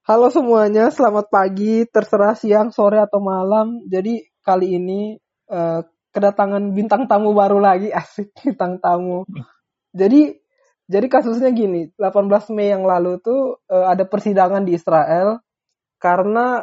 Halo semuanya, selamat pagi, terserah siang, sore atau malam. Jadi kali ini eh, kedatangan bintang tamu baru lagi, asik bintang tamu. Jadi jadi kasusnya gini, 18 Mei yang lalu tuh ada persidangan di Israel karena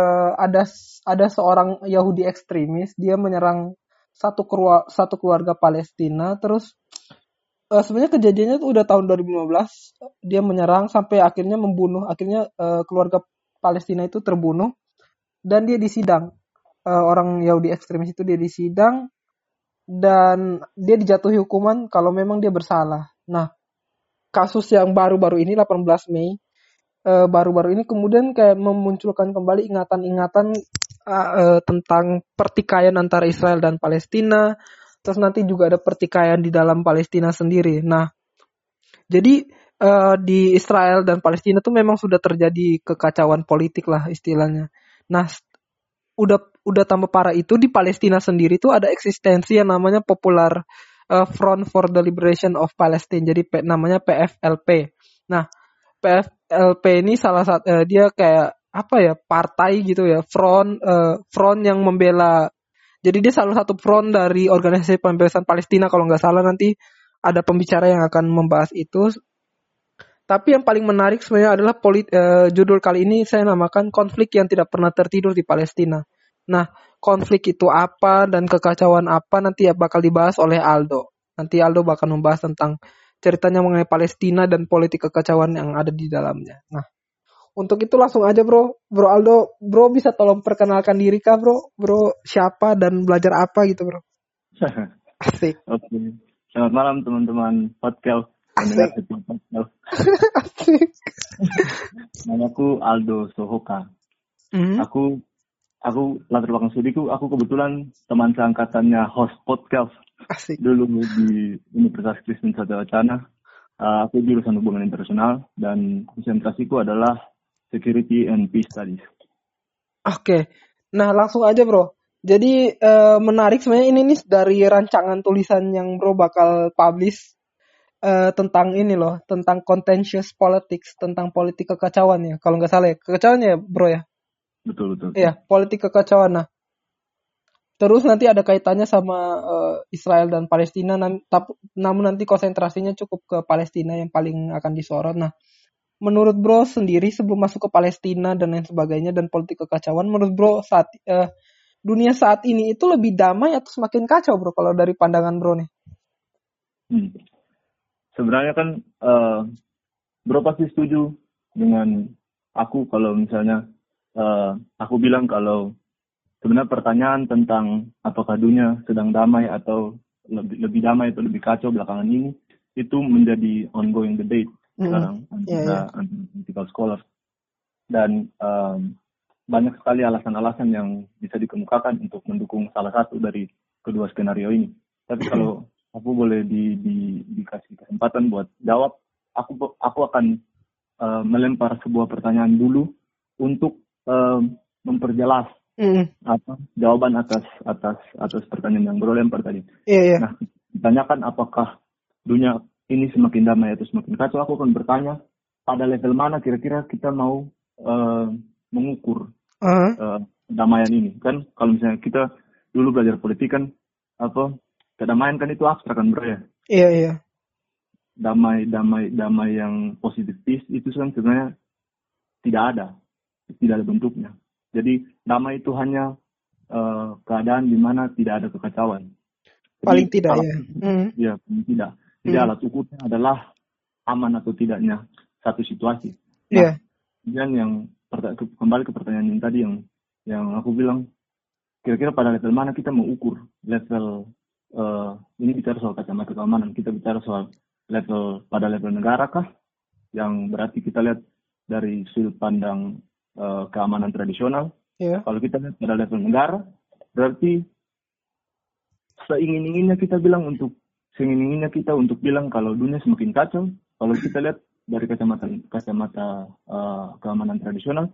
ada seorang Yahudi ekstremis, dia menyerang satu keluarga Palestina, terus sebenarnya kejadiannya tuh udah tahun 2015, dia menyerang sampai akhirnya membunuh, akhirnya keluarga Palestina itu terbunuh dan dia disidang. Orang Yahudi ekstremis itu dia disidang dan dia dijatuhi hukuman kalau memang dia bersalah. Nah, kasus yang baru-baru ini 18 Mei baru-baru ini kemudian kayak memunculkan kembali ingatan-ingatan tentang pertikaian antara Israel dan Palestina. Terus nanti juga ada pertikaian di dalam Palestina sendiri. Nah, jadi di Israel dan Palestina tuh memang sudah terjadi kekacauan politik lah istilahnya. Nah, udah tambah parah itu di Palestina sendiri tuh ada eksistensi yang namanya Popular Front for the Liberation of Palestine. Jadi namanya PFLP. Nah, PFLP ini salah satu dia kayak apa ya, partai gitu ya, front yang membela. Jadi dia salah satu front dari organisasi pembebasan Palestina kalau nggak salah, nanti ada pembicara yang akan membahas itu. Tapi yang paling menarik sebenarnya adalah judul kali ini saya namakan konflik yang tidak pernah tertidur di Palestina. Nah, konflik itu apa dan kekacauan apa nanti bakal dibahas oleh Aldo. Nanti Aldo bakal membahas tentang ceritanya mengenai Palestina dan politik kekacauan yang ada di dalamnya. Nah, untuk itu langsung aja bro Aldo, bro bisa tolong perkenalkan diri kah bro siapa dan belajar apa gitu bro. Asik. Oke. Selamat malam teman-teman podcast. Asik. Asik. Namaku Aldo Sohoka. Aku latar belakang studiku, aku kebetulan teman seangkatannya host podcast. Asik. Dulu di Universitas Kristen Satya Wacana. Aku jurusan hubungan internasional dan konsentrasiku adalah Security and Peace Studies. Oke. Nah, langsung aja bro. Jadi menarik sebenarnya ini nih dari rancangan tulisan yang bro bakal publish tentang ini loh, tentang contentious politics, tentang politik kekacauan ya, kalau nggak salah ya, kekacauan ya bro ya. Betul. Iya, politik kekacauan. Nah, terus nanti ada kaitannya sama Israel dan Palestina, namun nanti konsentrasinya cukup ke Palestina yang paling akan disorot. Nah, menurut bro sendiri sebelum masuk ke Palestina dan lain sebagainya dan politik kekacauan, menurut bro dunia saat ini itu lebih damai atau semakin kacau bro kalau dari pandangan bro nih? Sebenarnya kan bro pasti setuju dengan aku kalau misalnya aku bilang kalau sebenarnya pertanyaan tentang apakah dunia sedang damai atau lebih damai atau lebih kacau belakangan ini itu menjadi ongoing debate sekarang antara political scholars, dan banyak sekali alasan-alasan yang bisa dikemukakan untuk mendukung salah satu dari kedua skenario ini. Tapi kalau aku boleh dikasih kesempatan buat jawab, aku akan melempar sebuah pertanyaan dulu untuk memperjelas jawaban atas pertanyaan yang bro lempar tadi. Nah, ditanyakan apakah dunia ini semakin damai atau semakin kacau, aku akan bertanya pada level mana kira-kira kita mau mengukur kedamaian ini. Kan kalau misalnya kita dulu belajar politik kan kedamaian kan itu abstrak kan bro ya. Iya. Damai yang positif itu kan sebenarnya tidak ada bentuknya. Jadi damai itu hanya keadaan di mana tidak ada kekacauan. Paling tidak ya. Paling tidak. Jadi alat ukurnya adalah aman atau tidaknya satu situasi. Nah, kemudian yang kembali ke pertanyaan yang tadi yang aku bilang, kira-kira pada level mana kita mau ukur level ini bicara soal kacamata keamanan, kita bicara soal pada level negara kah? Yang berarti kita lihat dari sudut pandang keamanan tradisional. Kalau kita lihat pada level negara, berarti seingin-inginnya kita untuk bilang kalau dunia semakin kacau. Kalau kita lihat dari kacamata keamanan tradisional,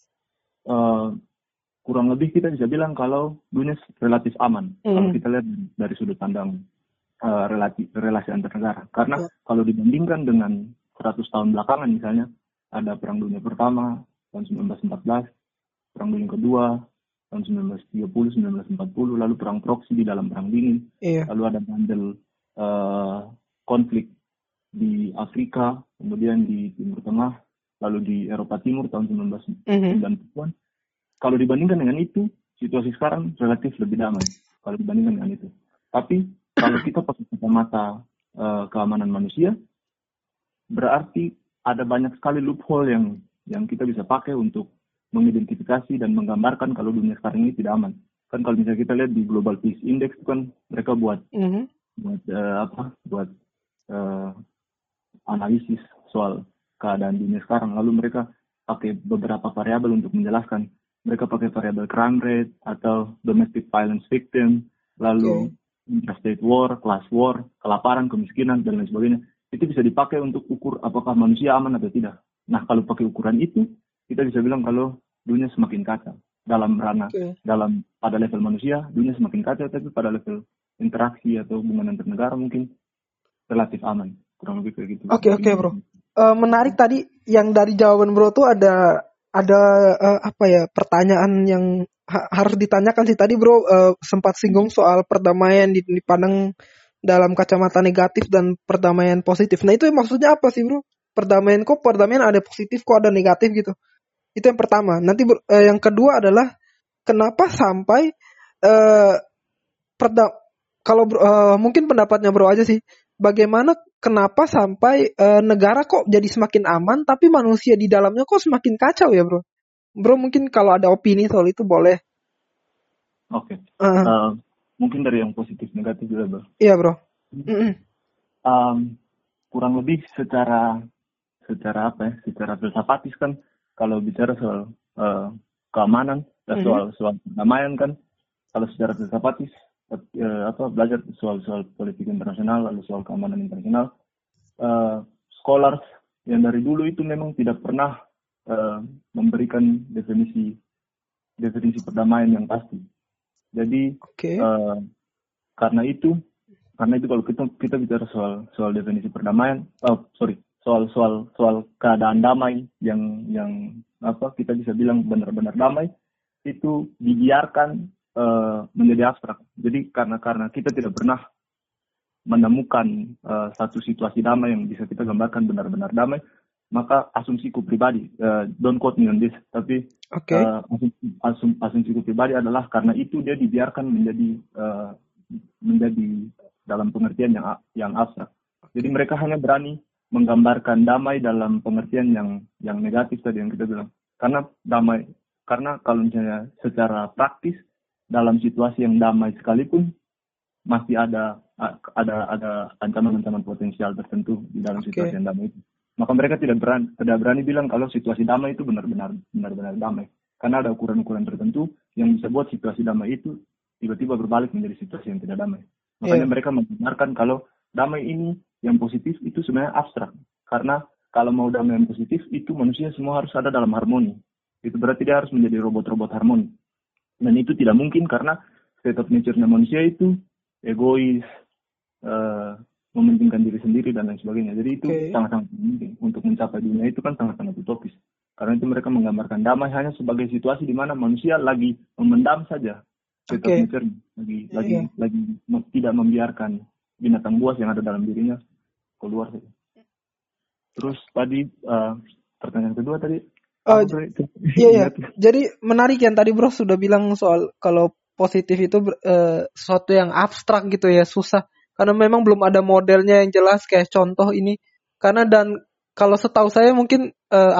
kurang lebih kita bisa bilang kalau dunia relatif aman. Kalau kita lihat dari sudut pandang relasi antar negara. Karena kalau dibandingkan dengan 100 tahun belakangan misalnya, ada Perang Dunia Pertama, tahun 1914, Perang Dunia Kedua, tahun 1930, 1940, lalu perang proksi di dalam Perang Dingin, lalu ada bandel konflik di Afrika, kemudian di Timur Tengah, lalu di Eropa Timur tahun 1990-an. Kalau dibandingkan dengan itu, situasi sekarang relatif lebih damai kalau dibandingkan dengan itu. Tapi kalau kita pakai kacamata keamanan manusia, berarti ada banyak sekali loophole yang kita bisa pakai untuk mengidentifikasi dan menggambarkan kalau dunia sekarang ini tidak aman. Kan kalau misalnya kita lihat di Global Peace Index itu kan mereka buat analisis soal keadaan dunia sekarang. Lalu mereka pakai beberapa variabel untuk menjelaskan. Mereka pakai variabel crime rate atau domestic violence victim, lalu interstate war, class war, kelaparan, kemiskinan, dan lain sebagainya. Itu bisa dipakai untuk ukur apakah manusia aman atau tidak. Nah, kalau pakai ukuran itu, kita bisa bilang kalau dunia semakin kacau. Pada level manusia, dunia semakin kacau, tapi pada level interaksi atau hubungan antar negara mungkin relatif aman. Kurang lebih kayak gitu. Oke, bro. Menarik tadi yang dari jawaban bro tuh ada pertanyaan yang harus ditanyakan sih. Tadi bro sempat singgung soal perdamaian dipandang dalam kacamata negatif dan perdamaian positif. Nah itu maksudnya apa sih bro? Perdamaian ada positif kok ada negatif gitu. Itu yang pertama. Nanti yang kedua adalah kenapa sampai kalau mungkin pendapatnya bro aja sih. Bagaimana kenapa sampai negara kok jadi semakin aman tapi manusia di dalamnya kok semakin kacau ya bro? Bro mungkin kalau ada opini soal itu boleh. Oke. Mungkin dari yang positif negatif juga bro. Iya bro. Kurang lebih secara filsafatis kan kalau bicara soal keamanan dan soal perdamaian kan kalau secara filsafatis belajar soal politik internasional lalu soal keamanan internasional, scholars yang dari dulu itu memang tidak pernah memberikan definisi perdamaian yang pasti. Jadi karena itu kalau kita bicara soal definisi perdamaian, soal keadaan damai yang kita bisa bilang benar-benar damai itu dibiarkan menjadi abstrak. Jadi karena kita tidak pernah menemukan satu situasi damai yang bisa kita gambarkan benar-benar damai, maka asumsiku pribadi, don't quote me on this, tapi asumsiku pribadi adalah karena itu dia dibiarkan menjadi dalam pengertian yang abstrak. Jadi mereka hanya berani menggambarkan damai dalam pengertian yang negatif tadi yang kita bilang. Karena kalau misalnya secara praktis dalam situasi yang damai sekalipun masih ada ancaman-ancaman potensial tertentu di dalam situasi yang damai itu. Maka mereka tidak berani bilang kalau situasi damai itu benar-benar damai. Karena ada ukuran-ukuran tertentu yang bisa buat situasi damai itu tiba-tiba berbalik menjadi situasi yang tidak damai. Makanya mereka membenarkan kalau damai ini yang positif itu sebenarnya abstrak. Karena kalau mau damai yang positif itu manusia semua harus ada dalam harmoni. Itu berarti dia harus menjadi robot-robot harmoni. Dan itu tidak mungkin karena state of nature-nya manusia itu egois, mementingkan diri sendiri dan lain sebagainya. Jadi itu sangat-sangat penting untuk mencapai dunia itu kan sangat-sangat utopis. Karena itu mereka menggambarkan damai hanya sebagai situasi di mana manusia lagi memendam saja state of nature, lagi tidak membiarkan binatang buas yang ada dalam dirinya keluar saja. Terus tadi pertanyaan kedua tadi. Iya. Jadi menarik yang tadi bro sudah bilang soal kalau positif itu sesuatu yang abstrak gitu ya, susah karena memang belum ada modelnya yang jelas kayak contoh ini. Karena dan kalau setahu saya mungkin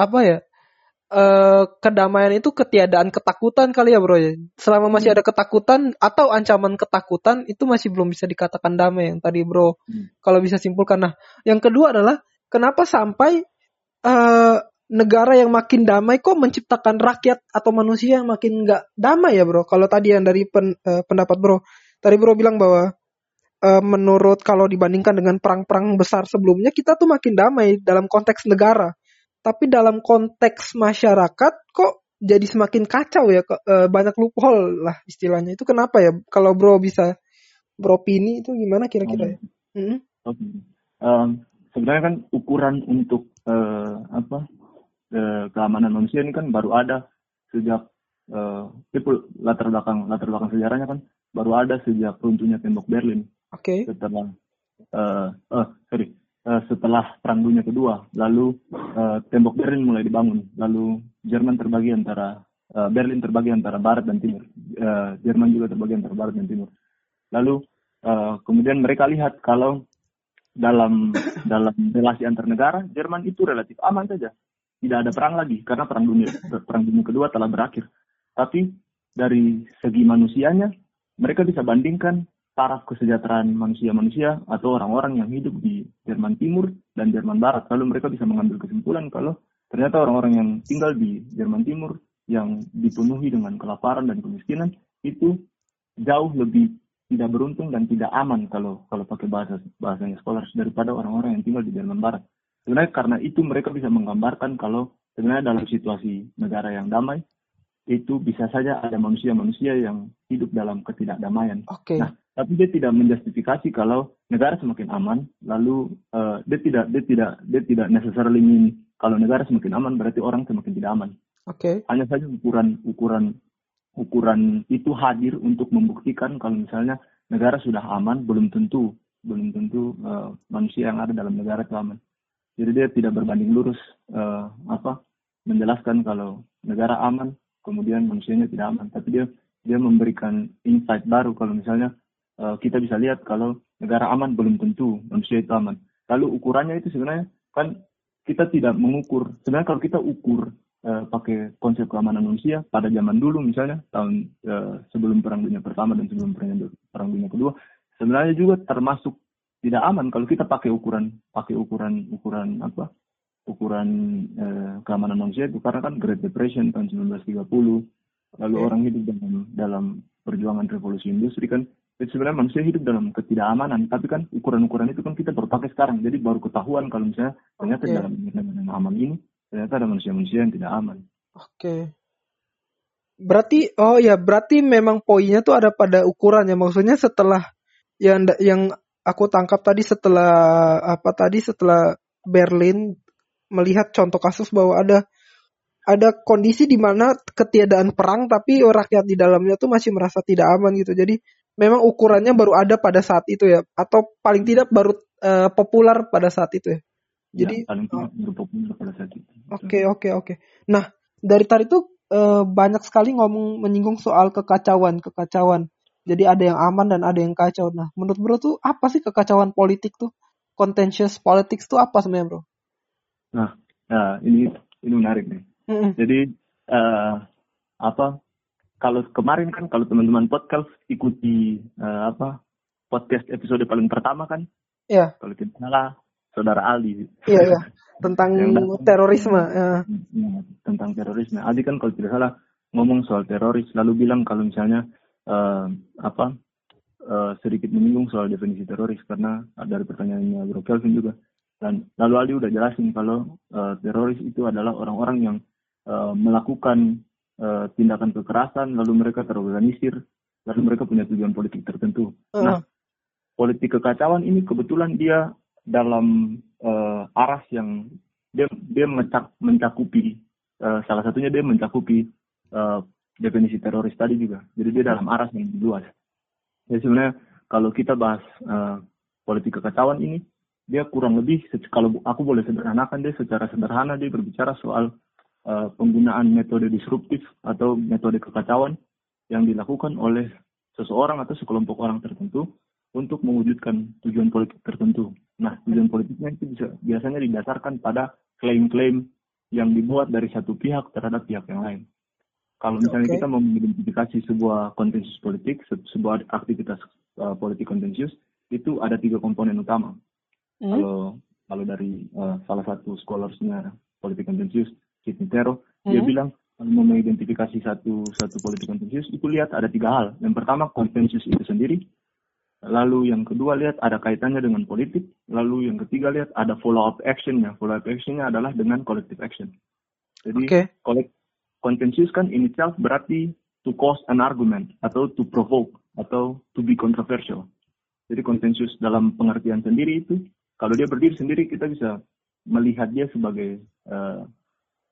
kedamaian itu ketiadaan ketakutan kali ya bro ya. Selama masih ada ketakutan atau ancaman ketakutan itu masih belum bisa dikatakan damai yang tadi bro. Kalau bisa simpulkan. Nah, yang kedua adalah kenapa sampai negara yang makin damai kok menciptakan rakyat atau manusia yang makin nggak damai ya bro? Kalau tadi yang dari pendapat bro, tadi bro bilang bahwa menurut kalau dibandingkan dengan perang-perang besar sebelumnya kita tuh makin damai dalam konteks negara, tapi dalam konteks masyarakat kok jadi semakin kacau ya, banyak loophole lah istilahnya. Itu kenapa ya? Kalau bro bisa beropini itu gimana kira-kira ya? Sebenarnya kan ukuran untuk keamanan manusia ini kan baru ada sejak latar belakang sejarahnya kan baru ada sejak runtuhnya tembok Berlin. Oke. Setelah Perang Dunia Kedua, lalu tembok Berlin mulai dibangun, lalu Jerman terbagi antara Berlin terbagi antara barat dan timur, Jerman juga terbagi antara barat dan timur. Lalu kemudian mereka lihat kalau dalam relasi antar negara, Jerman itu relatif aman saja. Tidak ada perang lagi karena Perang Dunia Kedua telah berakhir. Tapi dari segi manusianya, mereka bisa bandingkan taraf kesejahteraan manusia atau orang-orang yang hidup di Jerman Timur dan Jerman Barat. Lalu mereka bisa mengambil kesimpulan kalau ternyata orang-orang yang tinggal di Jerman Timur yang dipenuhi dengan kelaparan dan kemiskinan itu jauh lebih tidak beruntung dan tidak aman kalau pakai bahasanya scholars daripada orang-orang yang tinggal di Jerman Barat. Sebenarnya karena itu mereka bisa menggambarkan kalau sebenarnya dalam situasi negara yang damai itu bisa saja ada manusia-manusia yang hidup dalam ketidakdamaian. Okay. Nah, tapi dia tidak menjustifikasi kalau negara semakin aman, lalu dia tidak necessarily mean kalau negara semakin aman berarti orang semakin tidak aman. Okay. Hanya saja ukuran itu hadir untuk membuktikan kalau misalnya negara sudah aman, belum tentu manusia yang ada dalam negara itu aman. Jadi dia tidak berbanding lurus menjelaskan kalau negara aman, kemudian manusianya tidak aman. Tapi dia memberikan insight baru kalau misalnya kita bisa lihat kalau negara aman belum tentu manusia itu aman. Lalu ukurannya itu sebenarnya kan kita tidak mengukur. Sebenarnya kalau kita ukur pakai konsep keamanan manusia pada zaman dulu misalnya tahun sebelum Perang Dunia Pertama dan sebelum Perang Dunia Kedua, sebenarnya juga termasuk tidak aman kalau kita pakai ukuran keamanan manusia itu karena kan Great Depression tahun 1930 lalu orang hidup dalam perjuangan revolusi industri kan itu sebenarnya manusia hidup dalam ketidakamanan, tapi kan ukuran-ukuran itu kan kita baru pakai sekarang, jadi baru ketahuan kalau misalnya ternyata dalam negara yang aman ini ternyata ada manusia-manusia yang tidak aman. Oke. Berarti memang poinnya tuh ada pada ukurannya. Maksudnya setelah yang aku tangkap tadi setelah Berlin melihat contoh kasus bahwa ada kondisi di mana ketiadaan perang tapi rakyat di dalamnya tuh masih merasa tidak aman gitu. Jadi memang ukurannya baru ada pada saat itu ya, atau paling tidak baru populer pada saat itu ya. Jadi paling tidak baru populer pada saat itu. Oke. Nah, dari tadi tuh banyak sekali menyinggung soal kekacauan. Jadi ada yang aman dan ada yang kacau. Nah, menurut bro tuh apa sih kekacauan politik tuh? Contentious politics tuh apa sebenarnya bro? Nah, ini menarik nih. Jadi kalau kemarin kan kalau teman-teman podcast ikuti podcast episode paling pertama kan? Iya. Kalau tidak salah Saudara Aldi. Iya. Tentang terorisme. Tentang terorisme. Aldi kan kalau tidak salah ngomong soal teroris lalu bilang kalau misalnya sedikit menyinggung soal definisi teroris karena dari pertanyaannya Bro Kelvin juga. Dan lalu Aldi udah jelasin kalau teroris itu adalah orang-orang yang melakukan tindakan kekerasan, lalu mereka terorganisir, lalu mereka punya tujuan politik tertentu. Nah, politik kekacauan ini kebetulan dia dalam aras yang dia mencakupi salah satunya dia mencakupi definisi teroris tadi juga. Jadi dia dalam aras yang luas. Jadi sebenarnya kalau kita bahas politik kekacauan ini, dia kurang lebih, kalau aku boleh sederhanakan, dia secara sederhana dia berbicara soal penggunaan metode disruptif atau metode kekacauan yang dilakukan oleh seseorang atau sekelompok orang tertentu untuk mewujudkan tujuan politik tertentu. Nah, tujuan politiknya itu biasanya didasarkan pada klaim-klaim yang dibuat dari satu pihak terhadap pihak yang lain. Kalau misalnya kita mau mengidentifikasi sebuah kontensius politik, sebuah aktivitas politik kontensius, itu ada 3 komponen utama. Kalau dari salah satu scholarsnya politik kontensius, Sidney Tero, dia bilang kalau mau mengidentifikasi satu politik kontensius itu lihat ada 3 hal. Yang pertama kontensius itu sendiri, lalu yang kedua lihat ada kaitannya dengan politik, lalu yang ketiga lihat ada follow up actionnya. Follow up actionnya adalah dengan collective action. Jadi kontensius kan in itself berarti to cause an argument atau to provoke atau to be controversial. Jadi kontensius dalam pengertian sendiri itu kalau dia berdiri sendiri kita bisa melihat dia sebagai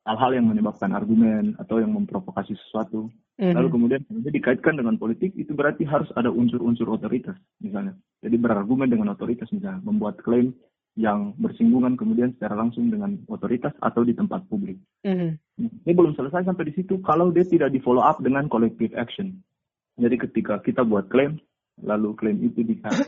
hal-hal yang menyebabkan argumen atau yang memprovokasi sesuatu. Lalu kemudian dikaitkan dengan politik, itu berarti harus ada unsur-unsur otoritas misalnya. Jadi berargumen dengan otoritas misalnya, membuat klaim yang bersinggungan kemudian secara langsung dengan otoritas atau di tempat publik. Ini belum selesai sampai di situ kalau dia tidak di follow up dengan collective action. Jadi ketika kita buat klaim, lalu klaim itu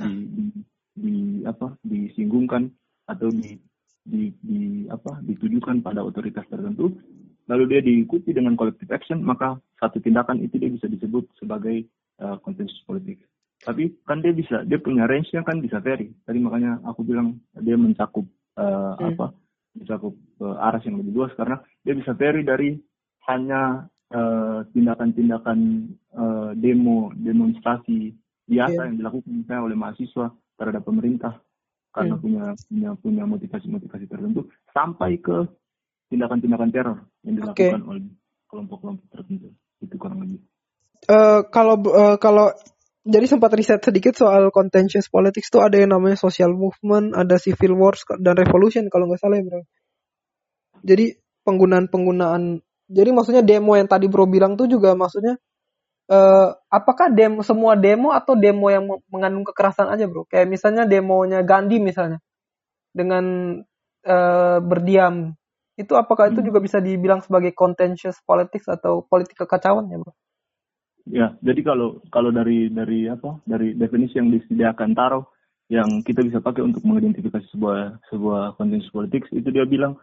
disinggungkan atau ditujukan pada otoritas tertentu, lalu dia diikuti dengan collective action, maka satu tindakan itu dia bisa disebut sebagai konsensus politik. Tapi kan dia punya range-nya kan bisa vary. Tadi makanya aku bilang dia mencakup mencakup aras yang lebih luas karena dia bisa vary dari hanya tindakan-tindakan demonstrasi biasa yang dilakukan misalnya oleh mahasiswa terhadap pemerintah karena punya motivasi tertentu sampai ke tindakan-tindakan teror yang dilakukan oleh kelompok-kelompok tertentu. Itu kurang lebih. Kalau jadi sempat riset sedikit soal contentious politics tuh ada yang namanya social movement, ada civil wars dan revolution kalau nggak salah ya bro. Jadi penggunaan jadi maksudnya demo yang tadi bro bilang tuh juga maksudnya apakah semua demo atau demo yang mengandung kekerasan aja bro? Kayak misalnya demonya Gandhi misalnya dengan berdiam, itu apakah itu juga bisa dibilang sebagai contentious politics atau politik kekacauan ya bro? Ya, jadi kalau dari definisi yang disediakan Taro yang kita bisa pakai untuk mengidentifikasi sebuah contentious politics, itu dia bilang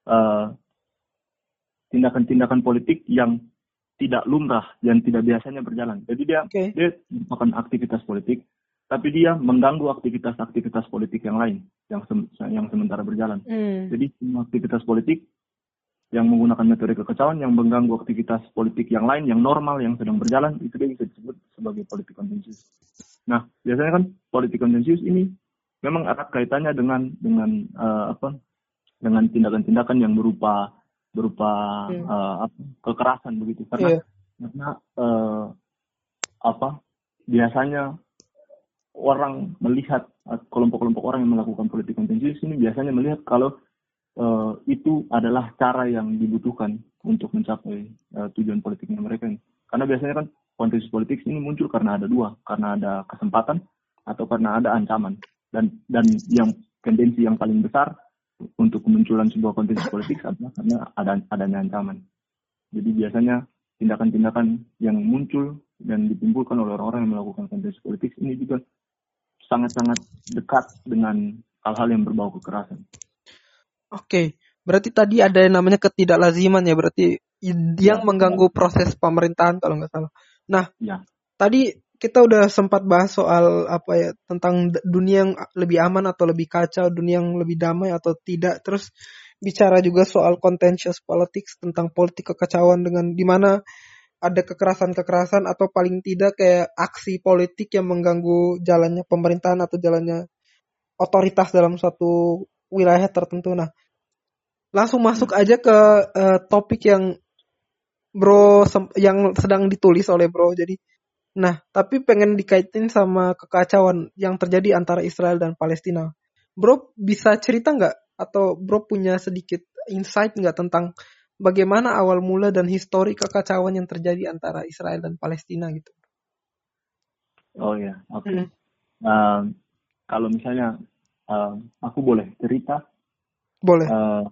tindakan-tindakan politik yang tidak lumrah dan tidak biasanya berjalan. Jadi dia merupakan aktivitas politik, tapi dia mengganggu aktivitas politik yang lain yang sementara berjalan. Jadi semua aktivitas politik yang menggunakan metode kekacauan yang mengganggu aktivitas politik yang lain yang normal yang sedang berjalan, itu dia bisa disebut sebagai politik kontensius. Nah, biasanya kan politik kontensius ini memang erat kaitannya dengan tindakan-tindakan yang berupa kekerasan begitu karena biasanya orang melihat kelompok-kelompok orang yang melakukan politik kontensius ini biasanya melihat kalau itu adalah cara yang dibutuhkan untuk mencapai tujuan politiknya mereka. Karena biasanya kan kontensius politik ini muncul karena ada dua, karena ada kesempatan atau karena ada ancaman. Dan yang tendensi yang paling besar untuk kemunculan sebuah kontensius politik adalah karena adanya ancaman. Jadi biasanya tindakan-tindakan yang muncul dan ditimbulkan oleh orang-orang yang melakukan kontensius politik ini juga sangat-sangat dekat dengan hal-hal yang berbau kekerasan. Oke, berarti tadi ada yang namanya ketidaklaziman ya, berarti yang mengganggu proses pemerintahan kalau nggak salah. Nah, tadi kita udah sempat bahas soal tentang dunia yang lebih aman atau lebih kacau, dunia yang lebih damai atau tidak. Terus bicara juga soal contentious politics, tentang politik kekacauan dengan di mana ada kekerasan-kekerasan atau paling tidak kayak aksi politik yang mengganggu jalannya pemerintahan atau jalannya otoritas dalam suatu wilayah tertentu. Nah, langsung masuk aja ke topik yang bro yang sedang ditulis oleh bro. Jadi, nah tapi pengen dikaitin sama kekacauan yang terjadi antara Israel dan Palestina. Bro bisa cerita nggak atau bro punya sedikit insight nggak tentang bagaimana awal mula dan histori kekacauan yang terjadi antara Israel dan Palestina gitu? Oh ya, oke. Kalau misalnya aku boleh cerita? Boleh.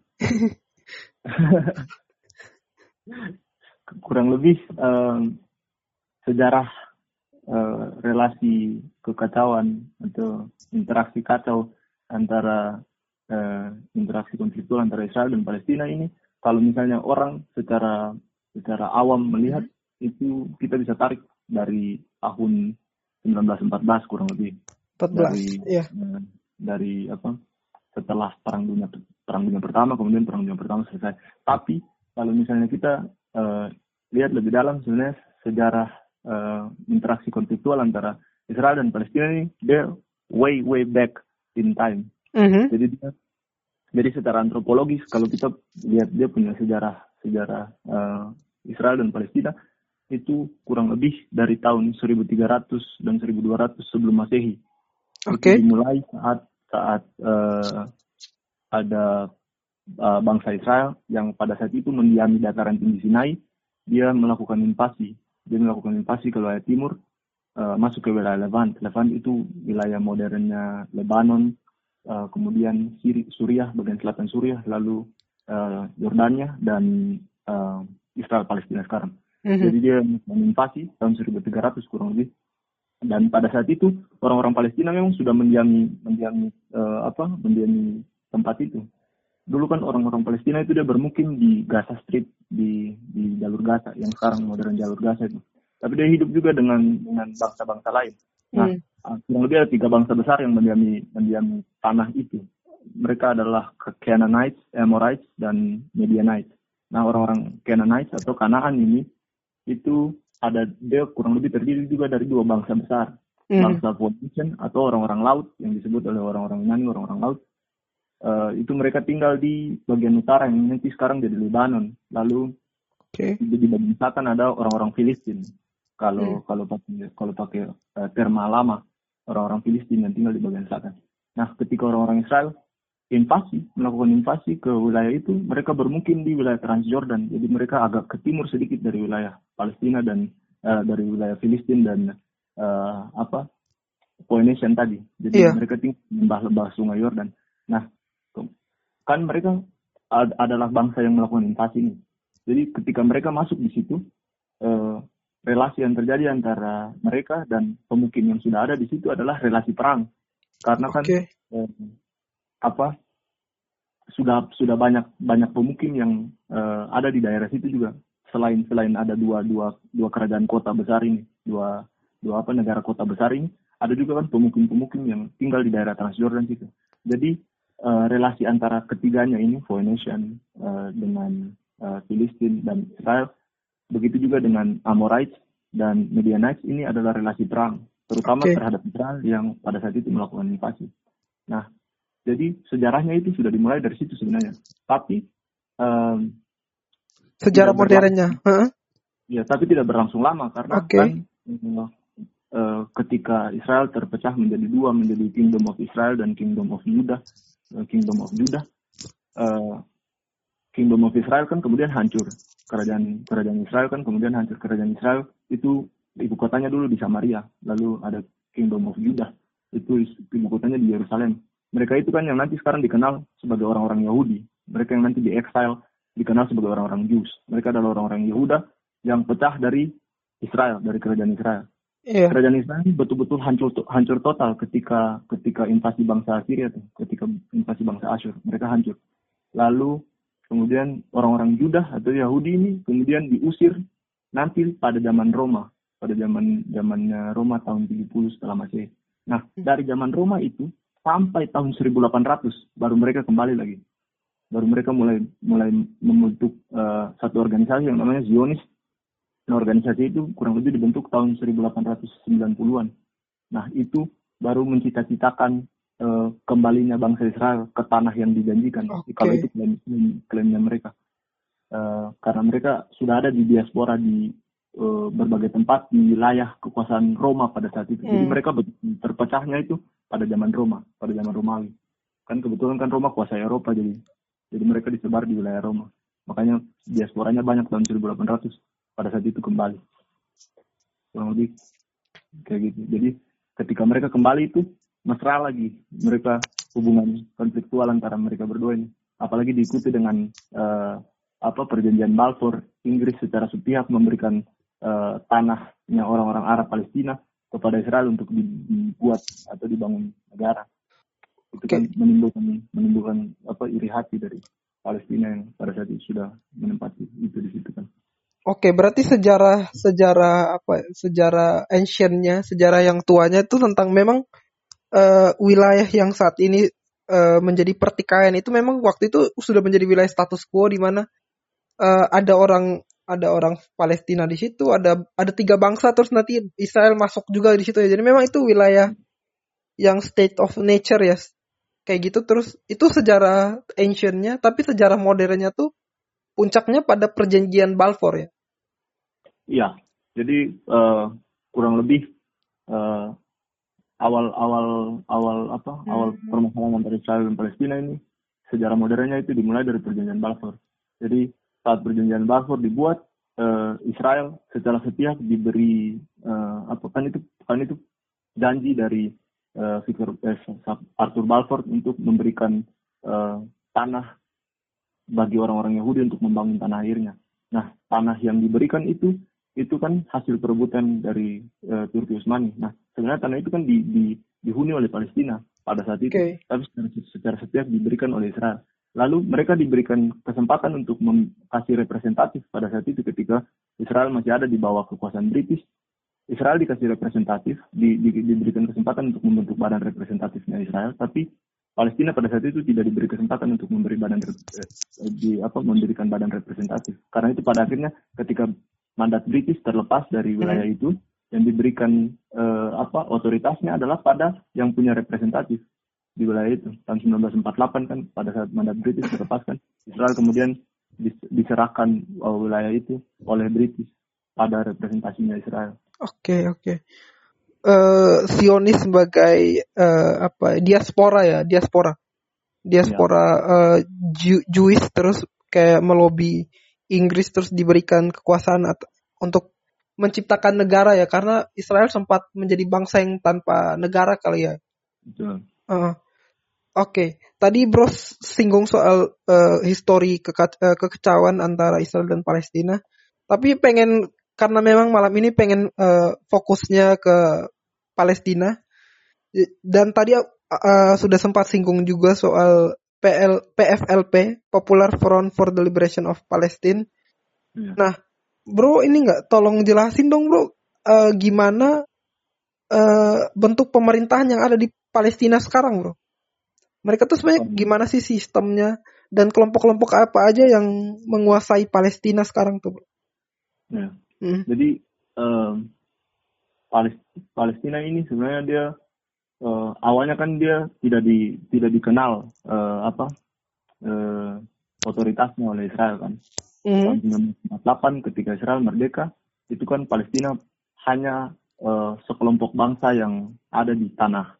Kurang lebih sejarah relasi kekacauan atau interaksi kacau antara interaksi konfliktual antara Israel dan Palestina ini, kalau misalnya orang secara awam melihat itu kita bisa tarik dari tahun 1914 kurang lebih. 14, dari setelah perang dunia pertama, kemudian perang dunia pertama selesai. Tapi kalau misalnya kita lihat lebih dalam, sebenarnya sejarah interaksi konfliktual antara Israel dan Palestina ini dia way back in time. Jadi secara antropologis kalau kita lihat dia punya sejarah Israel dan Palestina itu kurang lebih dari tahun 1300 dan 1200 sebelum Masehi. Itu dimulai saat ada bangsa Israel yang pada saat itu mendiami dataran tinggi Sinai. Dia melakukan invasi. Dia melakukan invasi ke wilayah timur, masuk ke wilayah Levant. Levant itu wilayah modernnya Lebanon, kemudian Suriah, bagian selatan Suriah, lalu Yordania, dan Israel Palestina sekarang. Jadi dia menginvasi tahun 1300 kurang lebih. Dan pada saat itu orang-orang Palestina memang sudah mendiami tempat itu. Dulu kan orang-orang Palestina itu dia bermukim di Gaza Strip, di jalur Gaza yang sekarang modern jalur Gaza itu. Tapi dia hidup juga dengan bangsa-bangsa lain. Nah, kurang lebih ada 3 bangsa besar yang mendiami tanah itu. Mereka adalah Canaanites, Amorites, dan Midianites. Nah, orang-orang Canaanites atau Kanaan ini itu dia kurang lebih terdiri juga dari 2 bangsa besar. Bangsa Phoenician atau orang-orang laut yang disebut oleh orang-orang Yunani, orang-orang laut. Itu mereka tinggal di bagian utara yang nanti sekarang jadi Lebanon. Lalu di bagian selatan ada orang-orang Filistin. Kalau pakai terma lama, orang-orang Filistin yang tinggal di bagian selatan. Nah, ketika orang-orang Israel melakukan invasi ke wilayah itu, mereka bermukim di wilayah Transjordan. Jadi mereka agak ke timur sedikit dari wilayah Palestina dan dari wilayah Filistin dan Phoenician tadi. Jadi mereka tinggal di lembah-lembah Sungai Yordan. Nah, kan mereka adalah bangsa yang melakukan invasi ini. Jadi ketika mereka masuk di situ, relasi yang terjadi antara mereka dan pemukim yang sudah ada di situ adalah relasi perang. Karena kan sudah banyak pemukim yang ada di daerah situ juga. Selain ada dua kerajaan kota besar ini, dua negara kota besar ini, ada juga kan pemukim-pemukim yang tinggal di daerah Transjordan situ. Jadi relasi antara ketiganya ini, Phoenician dengan Filistin dan Israel, begitu juga dengan Amorites dan Midianites, ini adalah relasi perang, terutama terhadap Israel yang pada saat itu melakukan invasi. Nah, jadi sejarahnya itu sudah dimulai dari situ sebenarnya. Tapi sejarah modernnya, ya, tapi tidak berlangsung lama karena kan ketika Israel terpecah menjadi 2, menjadi Kingdom of Israel dan Kingdom of Judah. Kingdom of Israel kan kemudian hancur. Kerajaan Israel kan kemudian hancur. Kerajaan Israel itu ibu kotanya dulu di Samaria. Lalu ada Kingdom of Judah. Itu ibu kotanya di Yerusalem. Mereka itu kan yang nanti sekarang dikenal sebagai orang-orang Yahudi. Mereka yang nanti di exile dikenal sebagai orang-orang Jews. Mereka adalah orang-orang Yehuda yang pecah dari Israel, dari kerajaan Israel. Kerajaan Israel betul-betul hancur total ketika invasi bangsa Assyria, ketika invasi bangsa Asyur, mereka hancur. Lalu kemudian orang-orang Judah atau Yahudi ini kemudian diusir nanti pada zaman Roma, pada zamannya Roma tahun 70 setelah Masehi. Nah, dari zaman Roma itu sampai tahun 1800 baru mereka kembali lagi. Baru mereka mulai membentuk satu organisasi yang namanya Zionis. Nah, organisasi itu kurang lebih dibentuk tahun 1890-an. Nah, itu baru mencita-citakan kembalinya bangsa Israel ke tanah yang dijanjikan. Kalau itu klaimnya mereka. Karena mereka sudah ada di diaspora di berbagai tempat di wilayah kekuasaan Roma pada saat itu. Jadi mereka terpecahnya itu pada zaman Roma, pada zaman Romawi. Kan kebetulan kan Roma kuasai Eropa, jadi mereka disebar di wilayah Roma. Makanya diasporanya banyak tahun 1800. Pada saat itu kembali. Kurang lebih kayak gitu. Jadi ketika mereka kembali itu mesra lagi. Mereka hubungan konfliktual antara mereka berdua ini. Apalagi diikuti dengan perjanjian Balfour. Inggris secara sepihak memberikan tanahnya orang-orang Arab Palestina kepada Israel untuk dibuat atau dibangun negara. Itu kan menimbulkan iri hati dari Palestina yang pada saat itu sudah menempati itu di situ kan. Berarti sejarah ancientnya, sejarah yang tuanya itu tentang memang wilayah yang saat ini menjadi pertikaian itu memang waktu itu sudah menjadi wilayah status quo di mana ada orang Palestina di situ, ada 3 bangsa, terus nanti Israel masuk juga di situ ya. Jadi memang itu wilayah yang state of nature ya, kayak gitu. Terus itu sejarah ancientnya, tapi sejarah modernnya tuh puncaknya pada perjanjian Balfour ya. Iya, jadi kurang lebih awal permasalahan antara Israel dan Palestina ini sejarah modernnya itu dimulai dari perjanjian Balfour. Jadi saat perjanjian Balfour dibuat, Israel secara sepihak diberi kan itu janji dari Arthur Balfour untuk memberikan tanah bagi orang-orang Yahudi untuk membangun tanah airnya. Nah, tanah yang diberikan itu kan hasil perebutan dari Turki Utsmani. Nah, sebenarnya tanah itu kan dihuni oleh Palestina pada saat itu, tapi secara sepihak diberikan oleh Israel. Lalu mereka diberikan kesempatan untuk kasih representatif pada saat itu ketika Israel masih ada di bawah kekuasaan British. Israel dikasih representatif, diberikan kesempatan untuk membentuk badan representatifnya Israel, tapi Palestina pada saat itu tidak diberi kesempatan untuk mendirikan badan representatif. Karena itu pada akhirnya ketika mandat British terlepas dari wilayah itu, yang diberikan otoritasnya adalah pada yang punya representatif di wilayah itu. Tahun 1948 kan pada saat mandat British terlepaskan, Israel kemudian diserahkan wilayah itu oleh British pada representasinya Israel. Oke. Zionis sebagai diaspora Jewish, terus kayak melobi Inggris terus diberikan kekuasaan untuk menciptakan negara ya, karena Israel sempat menjadi bangsa yang tanpa negara kali ya. Betul. Oke. Tadi Bro singgung soal histori kekacauan antara Israel dan Palestina, tapi karena memang malam ini pengen fokusnya ke Palestina, dan tadi sudah sempat singgung juga soal PFLP, Popular Front for the Liberation of Palestine. Ya. Nah, Bro ini tolong jelasin dong Bro, gimana bentuk pemerintahan yang ada di Palestina sekarang Bro. Mereka tuh sebenarnya gimana sih sistemnya, dan kelompok-kelompok apa aja yang menguasai Palestina sekarang tuh Bro? Ya. Jadi Palestina ini sebenarnya dia awalnya kan dia tidak dikenal otoritasnya oleh Israel kan. Tahun 1948 ketika Israel merdeka, itu kan Palestina hanya sekelompok bangsa yang ada di tanah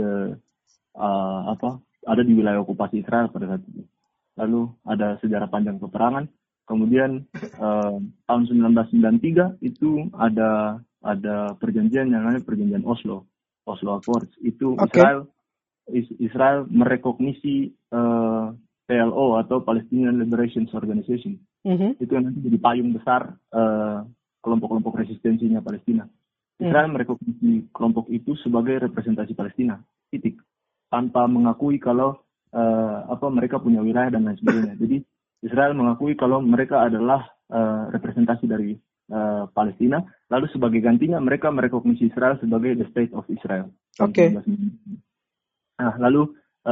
ada di wilayah okupasi Israel pada saat itu. Lalu ada sejarah panjang peperangan. Kemudian tahun 1993 itu ada perjanjian yang namanya perjanjian Oslo Accords. Itu Israel merekognisi PLO atau Palestinian Liberation Organization. Itu yang nanti jadi payung besar kelompok-kelompok resistensinya Palestina. Israel merekognisi kelompok itu sebagai representasi Palestina, titik, tanpa mengakui kalau mereka punya wilayah dan lain sebagainya. Jadi Israel mengakui kalau mereka adalah representasi dari Palestina, lalu sebagai gantinya mereka merekognisi Israel sebagai the state of Israel. Oke. Nah, lalu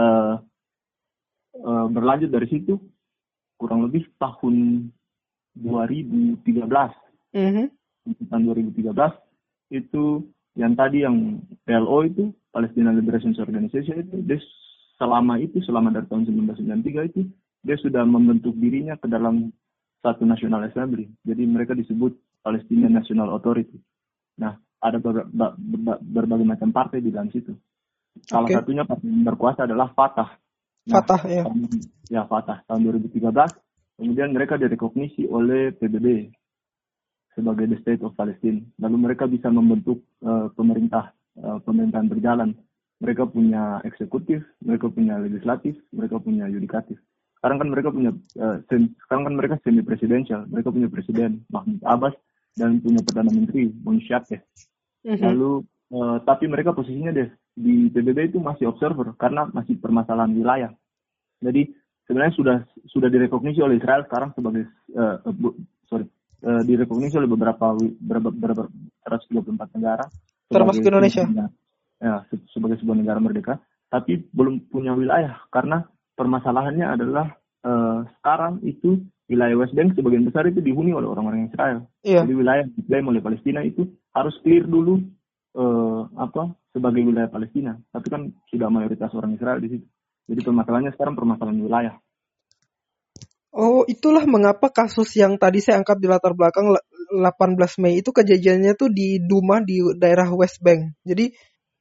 berlanjut dari situ kurang lebih tahun 2013. Tahun 2013 itu yang tadi yang PLO itu Palestinian Liberation Organization itu selama dari tahun 1993 itu dia sudah membentuk dirinya ke dalam satu National Assembly. Jadi mereka disebut Palestinian National Authority. Nah, ada berbagai macam partai di dalam situ. Salah satunya partai yang berkuasa adalah Fatah. Fatah ya. Fatah tahun 2013. Kemudian mereka direkognisi oleh PBB sebagai the state of Palestine. Lalu mereka bisa membentuk pemerintahan berjalan. Mereka punya eksekutif, mereka punya legislatif, mereka punya yudikatif. Sekarang kan mereka semi presidensial. Mereka punya presiden Mahmud Abbas dan punya perdana menteri Moshe. Lalu tapi mereka posisinya di PBB itu masih observer karena masih permasalahan wilayah. Jadi sebenarnya sudah direkognisi oleh Israel sekarang sebagai direkognisi oleh beberapa 134 negara termasuk Indonesia. Sebagai sebuah negara merdeka, tapi belum punya wilayah karena permasalahannya adalah sekarang itu wilayah West Bank sebagian besar itu dihuni oleh orang-orang Israel. Iya. Jadi wilayah yang diklaim oleh Palestina itu harus clear dulu sebagai wilayah Palestina. Tapi kan sudah mayoritas orang Israel di situ. Jadi permasalahannya sekarang permasalahan wilayah. Oh, itulah mengapa kasus yang tadi saya angkat di latar belakang 18 Mei itu kejadiannya tuh di Duma di daerah West Bank. Jadi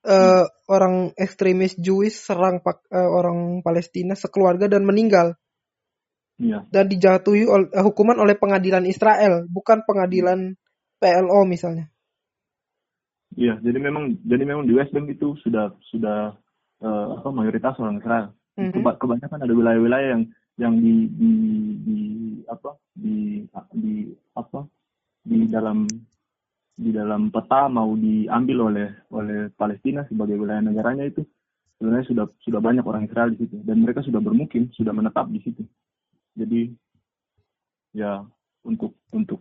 orang ekstremis Jewish serang orang Palestina sekeluarga dan meninggal. Iya. Dan dijatuhi hukuman oleh pengadilan Israel, bukan pengadilan PLO misalnya. Iya, jadi memang di West Bank itu sudah mayoritas orang Israel. Kebanyakan ada wilayah-wilayah yang di dalam peta mau diambil oleh Palestina sebagai wilayah negaranya itu sebenarnya sudah banyak orang Israel di situ dan mereka sudah bermukim, sudah menetap di situ. Jadi ya untuk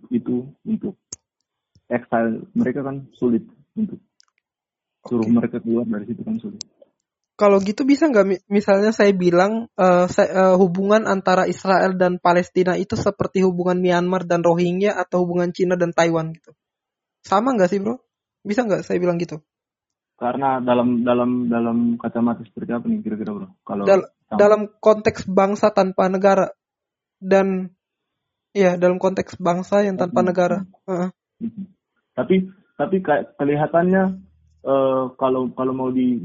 exile mereka kan sulit, untuk suruh mereka keluar dari situ kan sulit. Kalau gitu bisa nggak misalnya saya bilang hubungan antara Israel dan Palestina itu seperti hubungan Myanmar dan Rohingya atau hubungan Cina dan Taiwan gitu? Sama nggak sih bro? Bisa nggak saya bilang gitu? Karena dalam kacamata seperti apa nih kira-kira bro? Kalau dalam konteks bangsa tanpa negara dan ya dalam konteks bangsa yang tanpa negara. Tapi kayak kelihatannya kalau mau di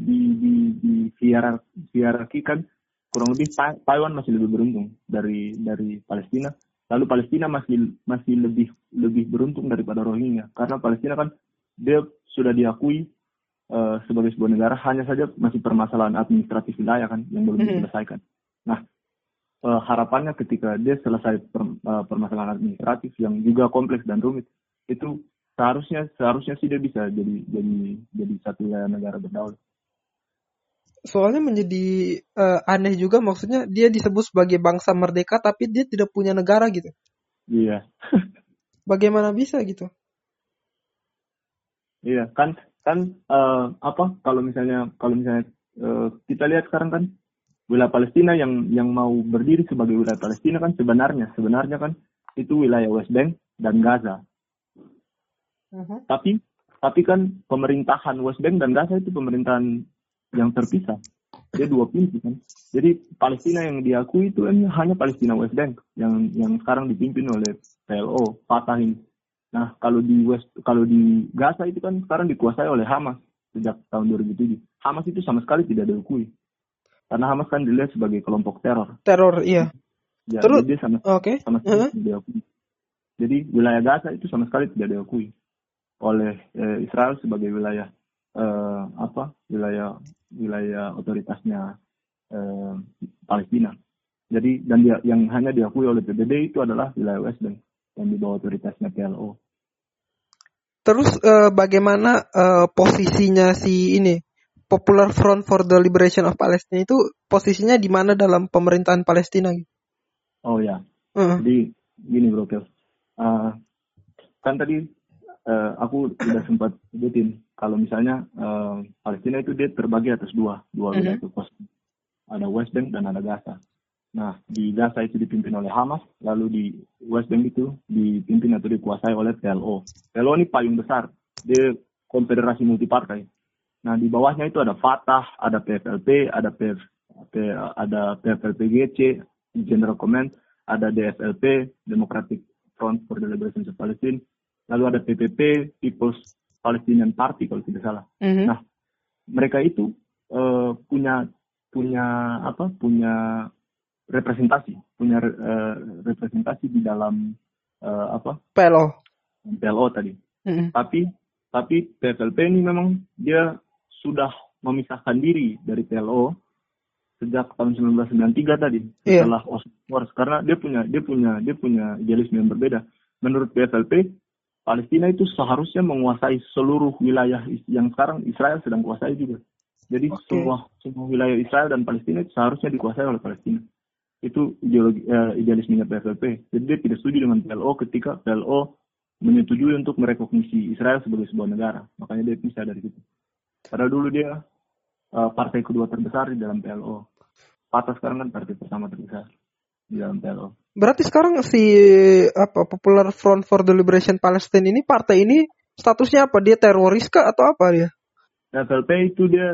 hierarkikan kurang lebih Taiwan masih lebih beruntung dari Palestina. Lalu Palestina masih lebih beruntung daripada Rohingya karena Palestina kan dia sudah diakui sebagai sebuah negara, hanya saja masih permasalahan administratif wilayah kan yang belum diselesaikan. Nah, harapannya ketika dia selesai permasalahan administratif yang juga kompleks dan rumit, itu seharusnya sih dia bisa jadi satu wilayah negara berdaulat. Soalnya menjadi aneh juga, maksudnya dia disebut sebagai bangsa merdeka tapi dia tidak punya negara gitu. Iya. Bagaimana bisa gitu? Iya, kan kalau misalnya kita lihat sekarang kan wilayah Palestina yang mau berdiri sebagai wilayah Palestina kan sebenarnya kan itu wilayah West Bank dan Gaza. Tapi kan pemerintahan West Bank dan Gaza itu pemerintahan yang terpisah. Dia dua pintu kan. Jadi Palestina yang diakui itu hanya Palestina West Bank yang sekarang dipimpin oleh PLO, Fatah ini. Nah, kalau di Gaza itu kan sekarang dikuasai oleh Hamas sejak tahun 2007. Hamas itu sama sekali tidak diakui. Karena Hamas kan dilihat sebagai kelompok teror. Teror, iya. Ya, terus dia sama sekali tidak diakui. Jadi wilayah Gaza itu sama sekali tidak diakui oleh Israel sebagai wilayah wilayah otoritasnya Palestina. Jadi dan yang hanya diakui oleh PBB itu adalah wilayah West Bank yang di bawah otoritasnya PLO. Terus bagaimana posisinya si ini Popular Front for the Liberation of Palestine itu posisinya di mana dalam pemerintahan Palestina? Oh ya, jadi gini bro, kan tadi aku sudah sempat sebutin kalau misalnya Palestina itu dia terbagi atas dua wilayah itu, ada West Bank dan ada Gaza. Nah, di Gaza itu dipimpin oleh Hamas, lalu di West Bank itu dipimpin atau dikuasai oleh PLO. PLO ini payung besar, dia konfederasi multipartai. Nah, di bawahnya itu ada Fatah, ada PFLP, ada PFLP-GC, General Command, ada DFLP, Democratic Front for the Liberation of Palestine, lalu ada PPP, People's Palestinian Party kalau tidak salah. Nah, mereka itu punya representasi di dalam PLO tadi. Tapi PFLP ini memang dia sudah memisahkan diri dari PLO sejak tahun 1993 tadi setelah Oslo, karena dia punya idealisme yang berbeda. Menurut PFLP, Palestina itu seharusnya menguasai seluruh wilayah yang sekarang Israel sedang kuasai juga. Jadi semua wilayah Israel dan Palestina itu seharusnya dikuasai oleh Palestina. Itu idealismenya PFLP. Jadi dia tidak setuju dengan PLO ketika PLO menyetujui untuk merekognisi Israel sebagai sebuah negara. Makanya dia pisah dari situ. Padahal dulu dia partai kedua terbesar di dalam PLO. Fatah sekarang kan partai pertama terbesar di dalam PLO. Berarti sekarang si Popular Front for the Liberation Palestine ini, partai ini statusnya apa? Dia teroris kah atau apa dia? PFLP itu dia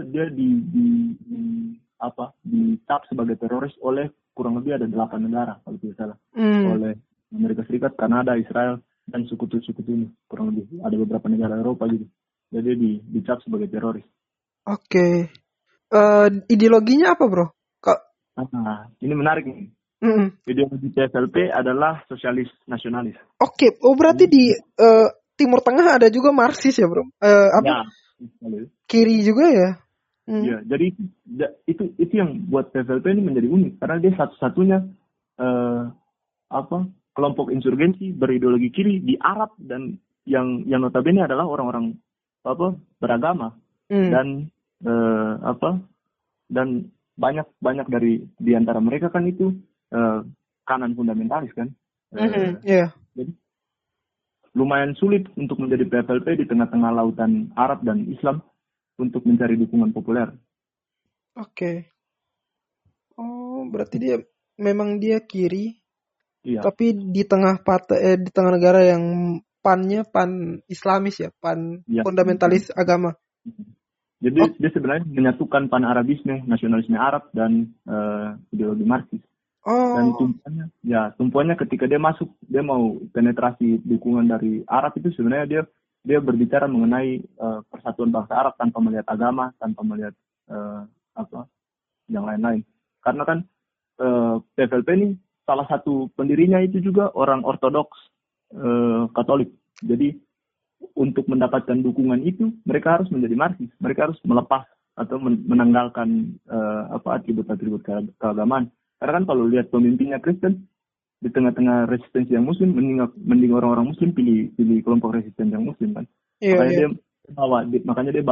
dicap sebagai teroris oleh kurang lebih ada 8 negara kalau tidak salah. Oleh Amerika Serikat, Kanada, Israel, dan sekutu-sekutu ini. Kurang lebih ada beberapa negara Eropa gitu. Jadi dicap sebagai teroris. Oke. Ideologinya apa, Bro? Kok? Nah, ini menarik nih. Mm-mm. Ideologi PFLP adalah sosialis nasionalis. Oke. Oh, berarti Jadi, di Timur Tengah ada juga Marxis ya, Bro? Apa? ya, Kiri juga ya? Mm. ya, jadi itu yang buat PFLP ini menjadi unik karena dia satu-satunya eh, apa kelompok insurgensi berideologi kiri di Arab dan yang notabene adalah orang-orang apa beragama Mm. dan apa dan banyak dari di antara mereka kan itu eh, kanan fundamentalis kan. Mhm. Eh, Iya. jadi lumayan sulit untuk menjadi PFLP di tengah-tengah lautan Arab dan Islam untuk mencari dukungan populer. Oke. Oh, berarti dia memang kiri, Iya. tapi di tengah negara yang pannya pan Islamis ya, pan Iya. fundamentalis agama. Jadi Oh, dia sebenarnya menyatukan pan-Arabisme, nasionalisme Arab dan ideologi Marxis. Dan oh, tumpuannya ketika dia masuk, dia mau penetrasi dukungan dari Arab itu sebenarnya dia berbicara mengenai persatuan bangsa Arab tanpa melihat agama, tanpa melihat apa yang lain-lain. Karena kan PFLP ini salah satu pendirinya itu juga orang Ortodoks Katolik. Jadi untuk mendapatkan dukungan itu mereka harus menjadi Marxis, mereka harus melepas atau menanggalkan atribut-atribut keagamaan. Karena kan kalau lihat pemimpinnya Kristen di tengah-tengah resistensi yang Muslim, mending orang-orang Muslim pilih kelompok resisten yang Muslim kan. iya, Makanya iya. dia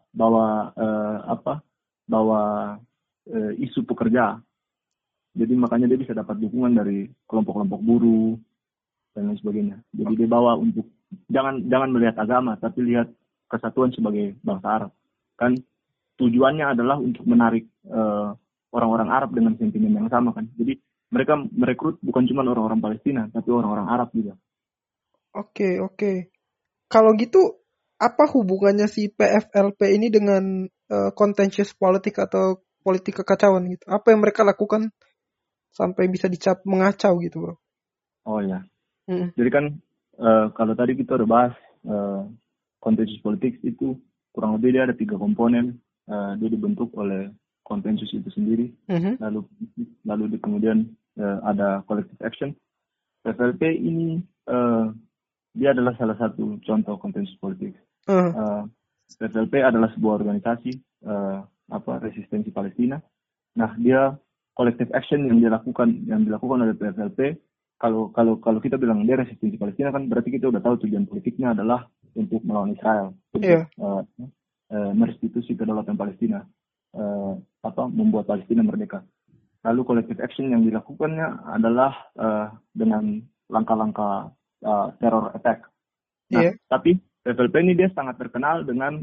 bawa isu pekerja. Jadi makanya dia bisa dapat dukungan dari kelompok-kelompok buruh dan lain sebagainya. Jadi dia bawa untuk jangan melihat agama, tapi lihat kesatuan sebagai bangsa Arab. Kan tujuannya adalah untuk menarik orang-orang Arab dengan sentimen yang sama kan. Jadi mereka merekrut bukan cuma orang-orang Palestina, tapi orang-orang Arab juga. Oke, oke. Kalau gitu, apa hubungannya si PFLP ini dengan contentious politik atau politik kekacauan gitu? Apa yang mereka lakukan sampai bisa dicap mengacau gitu, Bro? Oh ya. Mm. Jadi kan kalau tadi kita udah bahas konsensus politik itu kurang lebih dia ada 3 komponen. Dia dibentuk oleh konsensus itu sendiri. Mhm. Lalu kemudian ada collective action. PFLP ini dia adalah salah satu contoh konsensus politik. Eh, PFLP adalah sebuah organisasi resistensi Palestina. Nah, dia collective action yang dilakukan oleh PFLP. Kalau kita bilang dia resistensi Palestina kan berarti kita udah tahu tujuan politiknya adalah untuk melawan Israel, untuk iya. merestitusi kedaulatan Palestina, membuat Palestina merdeka. Lalu collective action yang dilakukannya adalah dengan langkah-langkah terror attack. Nah, Iya. tapi PFLP ini dia sangat terkenal dengan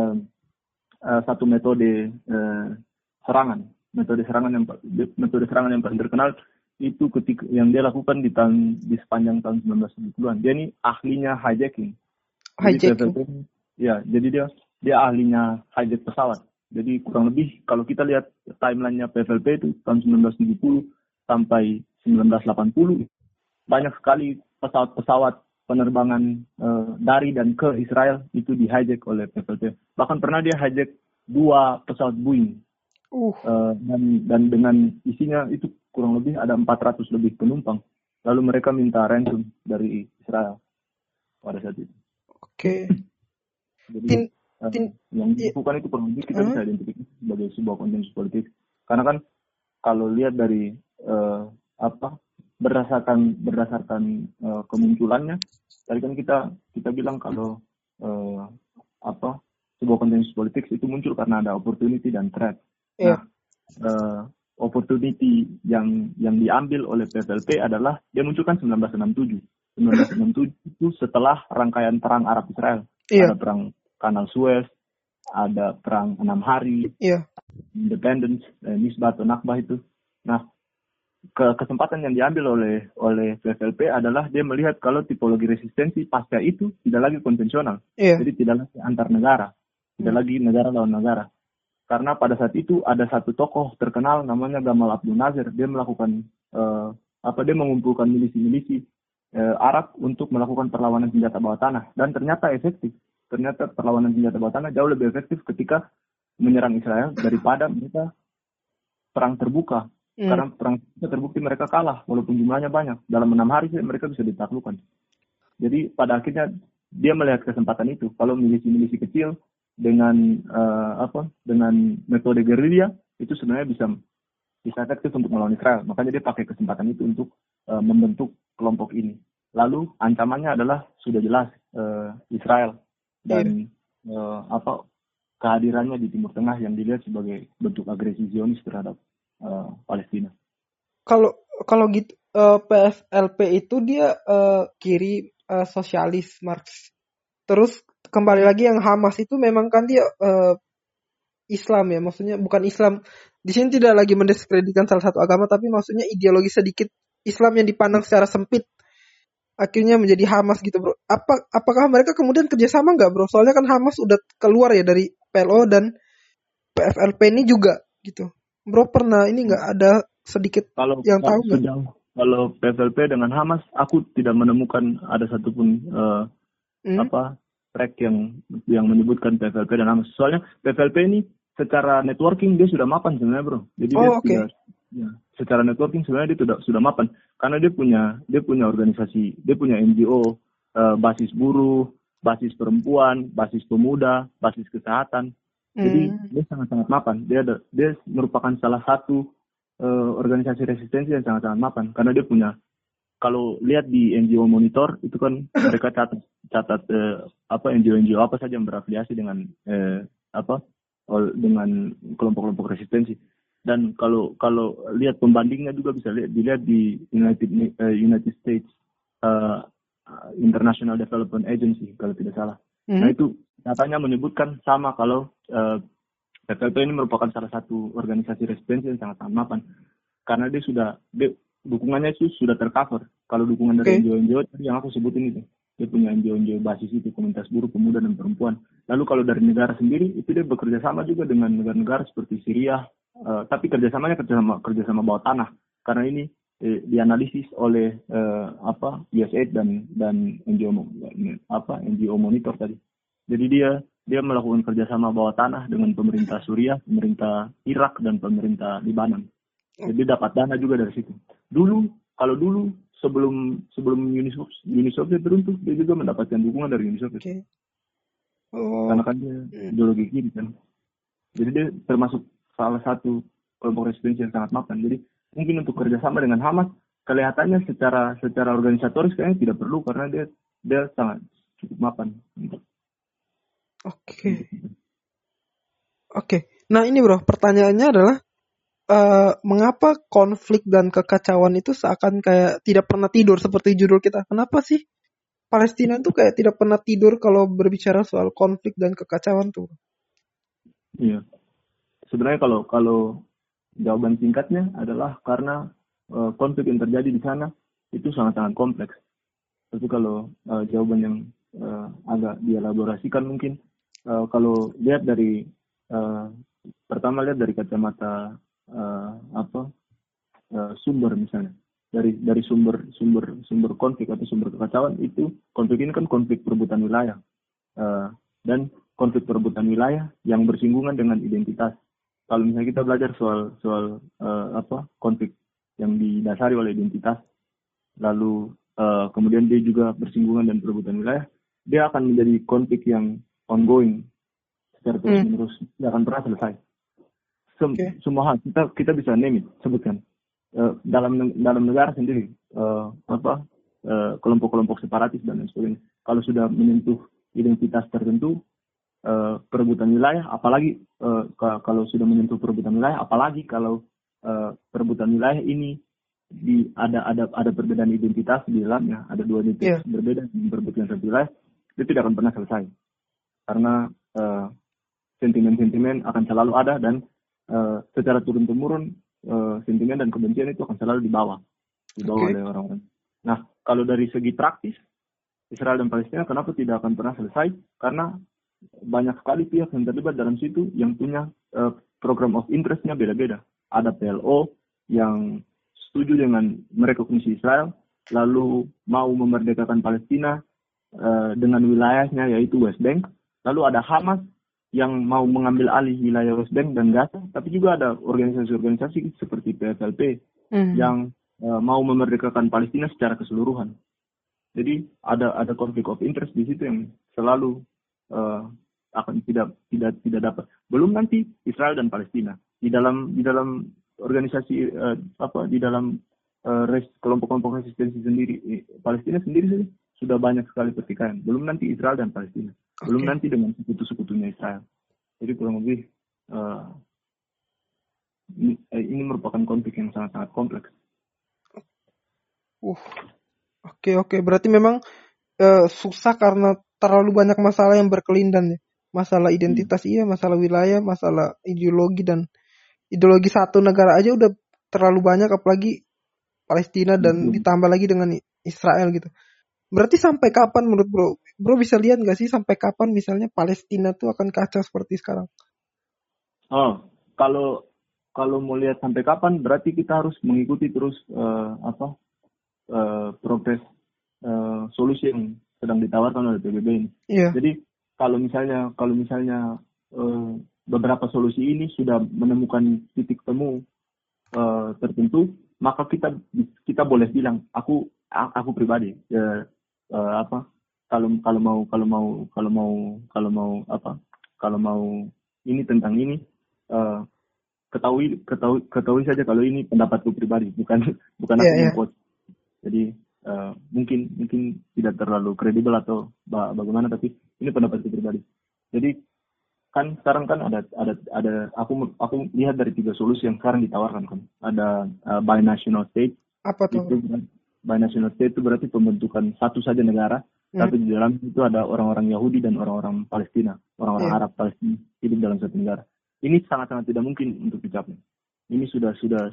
satu metode serangan. Metode serangan yang paling terkenal itu ketika yang dia lakukan di sepanjang tahun 1970-an. Dia ini ahlinya hijacking. Jadi Hijacking. PFLP jadi dia ahlinya hijack pesawat. Jadi kurang lebih kalau kita lihat timelinenya PFLP itu tahun 1970 sampai 1980 banyak sekali pesawat-pesawat penerbangan dari dan ke Israel itu di hijack oleh PFLP. Bahkan pernah dia hijack 2 pesawat Boeing dan dengan isinya itu kurang lebih ada 400 lebih penumpang. Lalu mereka minta ransom dari Israel pada saat itu. Oke. Jadi yang Iya. dilakukan itu kurang lebih kita bisa identifikasi sebagai sebuah konsensus politik. Karena kan kalau lihat dari berdasarkan kemunculannya, tadi kan kita bilang kalau sebuah konsensus politik itu muncul karena ada opportunity dan threat. Iya. Nah, opportunity yang diambil oleh PFLP adalah dia muncul kan 1967. 1967 itu setelah rangkaian perang Arab Israel. Iya. Ada perang Kanal Suez, ada perang 6 hari, Iya. Independence, Nisbah atau Nakbah itu. Nah, kesempatan yang diambil oleh PFLP adalah dia melihat kalau tipologi resistensi pasca itu tidak lagi konvensional. Iya. Jadi tidak lagi antar negara, tidak lagi negara lawan negara. Karena pada saat itu ada satu tokoh terkenal namanya Gamal Abdul Nasir. Dia melakukan dia mengumpulkan milisi-milisi Arab untuk melakukan perlawanan senjata bawah tanah dan ternyata efektif. Ternyata perlawanan senjata bawah tanah jauh lebih efektif ketika menyerang Israel daripada mereka perang terbuka. Karena perang terbukti mereka kalah walaupun jumlahnya banyak. Dalam 6 hari mereka bisa ditaklukkan. Jadi pada akhirnya dia melihat kesempatan itu. Kalau milisi-milisi kecil dengan dengan metode gerilya itu sebenarnya bisa efektif untuk melawan Israel. Makanya dia pakai kesempatan itu untuk membentuk kelompok ini. Lalu ancamannya adalah sudah jelas Israel dan kehadirannya di Timur Tengah yang dilihat sebagai bentuk agresi Zionis terhadap Palestina. Kalau gitu PFLP itu dia kiri sosialis Marx. Terus kembali lagi yang Hamas itu memang kan dia Islam ya, maksudnya bukan Islam. Di sini tidak lagi mendiskreditkan salah satu agama, tapi maksudnya ideologi sedikit Islam yang dipandang secara sempit akhirnya menjadi Hamas gitu, bro. Apakah mereka kemudian kerjasama nggak, bro? Soalnya kan Hamas udah keluar ya dari PLO dan PFLP ini juga gitu. Bro pernah ini nggak ada sedikit yang tahu nggak? Kalau PFLP dengan Hamas, aku tidak menemukan ada satupun track yang menyebutkan PFLP dan Hamas. Soalnya PFLP ini secara networking dia sudah mapan sebenarnya, bro. Jadi secara networking sebenarnya dia sudah mapan karena dia punya organisasi, dia punya NGO, basis buruh, basis perempuan, basis pemuda, basis kesehatan. Jadi dia sangat-sangat mapan. Dia merupakan salah satu organisasi resistensi yang sangat-sangat mapan karena dia punya, kalau lihat di NGO Monitor itu kan mereka catat NGO apa saja yang berafiliasi dengan dengan kelompok-kelompok resistensi. Dan kalau lihat pembandingnya juga bisa dilihat di United States International Development Agency kalau tidak salah. Nah itu datanya menyebutkan sama kalau PFLP ini merupakan salah satu organisasi resistensi yang sangat mapan karena dukungannya itu sudah tercover. Kalau dukungan dari NGO yang aku sebutin itu, dia punya NGO basis itu, komunitas buruh, pemuda dan perempuan. Lalu kalau dari negara sendiri itu dia bekerja sama juga dengan negara-negara seperti Syria, tapi kerjasamanya kerjasama bawah tanah karena ini dianalisis oleh USAID dan NGO Monitor tadi. Jadi dia melakukan kerjasama bawah tanah dengan pemerintah Suriah, pemerintah Irak dan pemerintah Libanon. Jadi dapat dana juga dari situ. Dulu sebelum Uni Soviet runtuh, dia juga mendapatkan dukungan dari Uni Soviet. Karena kan dia ideologi kiri kan. Jadi dia termasuk salah satu kelompok resistensi yang sangat mapan. Jadi mungkin untuk kerjasama dengan Hamas kelihatannya secara organisatoris kayaknya tidak perlu karena dia sangat cukup mapan. Oke. Nah ini bro, pertanyaannya adalah mengapa konflik dan kekacauan itu seakan kayak tidak pernah tidur seperti judul kita? Kenapa sih Palestina tuh kayak tidak pernah tidur kalau berbicara soal konflik dan kekacauan tuh? Iya. Sebenarnya kalau jawaban singkatnya adalah karena konflik yang terjadi di sana itu sangat-sangat kompleks. Tapi kalau jawaban yang agak dielaborasikan mungkin kalau lihat dari pertama lihat dari kacamata sumber misalnya dari sumber konflik atau sumber kekacauan itu konflik ini kan konflik perebutan wilayah dan konflik perebutan wilayah yang bersinggungan dengan identitas. Kalau misalnya kita belajar soal konflik yang didasari oleh identitas, lalu kemudian dia juga bersinggungan dan perebutan wilayah, dia akan menjadi konflik yang ongoing secara terus-menerus, tidak akan pernah selesai. Semua hal kita bisa name it, sebutkan dalam negara sendiri kelompok-kelompok separatis dan lain sebagainya. Kalau sudah menyentuh identitas tertentu, perebutan wilayah, apalagi kalau sudah menyentuh perebutan wilayah, apalagi kalau perebutan wilayah ini ada perbedaan identitas di dalamnya, ada dua identitas berbeda yang berebutkan satu wilayah, itu tidak akan pernah selesai karena sentimen-sentimen akan selalu ada dan secara turun-temurun sentimen dan kebencian itu akan selalu dibawa oleh orang-orang. Nah, kalau dari segi praktis Israel dan Palestina kenapa tidak akan pernah selesai? Karena banyak sekali pihak yang terlibat dalam situ yang punya program of interest-nya beda-beda. Ada PLO yang setuju dengan merekognisi Israel, lalu mau memerdekakan Palestina dengan wilayahnya yaitu West Bank. Lalu ada Hamas yang mau mengambil alih wilayah West Bank dan Gaza, tapi juga ada organisasi-organisasi seperti PFLP yang mau memerdekakan Palestina secara keseluruhan. Jadi ada konflik of interest di situ yang selalu akan tidak dapat. Belum nanti Israel dan Palestina di dalam organisasi di dalam kelompok-kelompok resistensi sendiri, Palestina sendiri sudah banyak sekali pertikaian. Belum nanti Israel dan Palestina. Belum nanti dengan sekutu-sekutunya Israel. Jadi kurang lebih ini merupakan konflik yang sangat-sangat kompleks. Oke. Berarti memang susah karena terlalu banyak masalah yang berkelindan ya. Masalah identitas iya, masalah wilayah, masalah ideologi, dan ideologi satu negara aja udah terlalu banyak, apalagi Palestina dan ditambah lagi dengan Israel gitu. Berarti sampai kapan menurut bro bisa lihat nggak sih sampai kapan misalnya Palestina tuh akan kacau seperti sekarang? Kalau mau lihat sampai kapan, berarti kita harus mengikuti terus progres solusi yang sedang ditawarkan oleh PBB ini. Iya. Jadi kalau misalnya beberapa solusi ini sudah menemukan titik temu tertentu, maka kita boleh bilang, aku pribadi kalau mau ini tentang ini, ketahui saja kalau ini pendapatku pribadi, bukan aku memquote. Jadi mungkin tidak terlalu kredibel atau bagaimana, tapi ini pendapatku pribadi. Jadi kan sekarang kan ada aku lihat dari 3 solusi yang sekarang ditawarkan kan. Ada binational state. Apa tuh? Binational state itu berarti pembentukan satu saja negara, tapi di dalam itu ada orang-orang Yahudi dan orang-orang Palestina, orang-orang Arab Palestina hidup dalam satu negara. Ini sangat-sangat tidak mungkin untuk dicapai. Ini sudah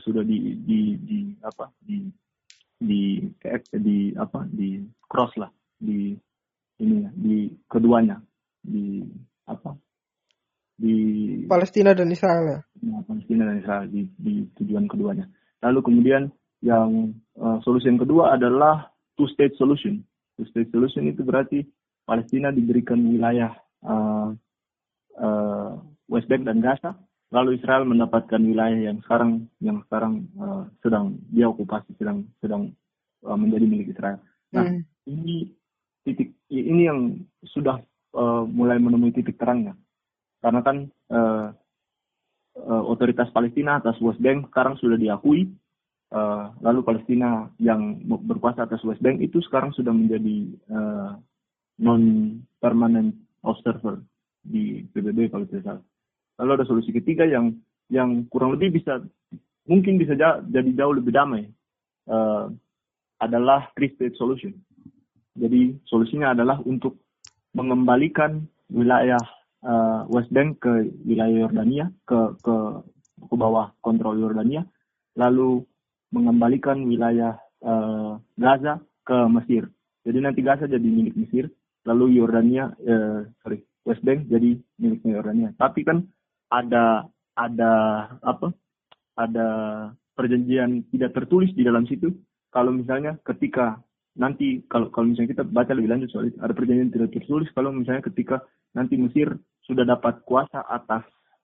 di cross lah di keduanya di Palestina dan Israel ya. Palestina dan Israel di tujuan keduanya. Lalu kemudian yang solusi yang kedua adalah two state solution. Two state solution itu berarti Palestina diberikan wilayah West Bank dan Gaza, lalu Israel mendapatkan wilayah yang sekarang sedang dia okupasi, sedang menjadi milik Israel. Nah, ini yang sudah mulai menemui titik terangnya. Karena kan otoritas Palestina atas West Bank sekarang sudah diakui, lalu Palestina yang berkuasa atas West Bank itu sekarang sudah menjadi non-permanent observer di PBB kalau tidak salah. Lalu ada solusi ketiga yang kurang lebih mungkin bisa jadi jauh lebih damai, adalah three-state solution. Jadi solusinya adalah untuk mengembalikan wilayah West Bank ke wilayah Yordania, ke bawah kontrol Yordania, lalu mengembalikan wilayah Gaza ke Mesir. Jadi nanti Gaza jadi milik Mesir, lalu West Bank jadi miliknya Yordania. Tapi kan ada perjanjian tidak tertulis di dalam situ. Kalau misalnya ketika nanti kalau misalnya kita baca lebih lanjut soal itu, ada perjanjian tidak tertulis kalau misalnya ketika nanti Mesir sudah dapat kuasa atas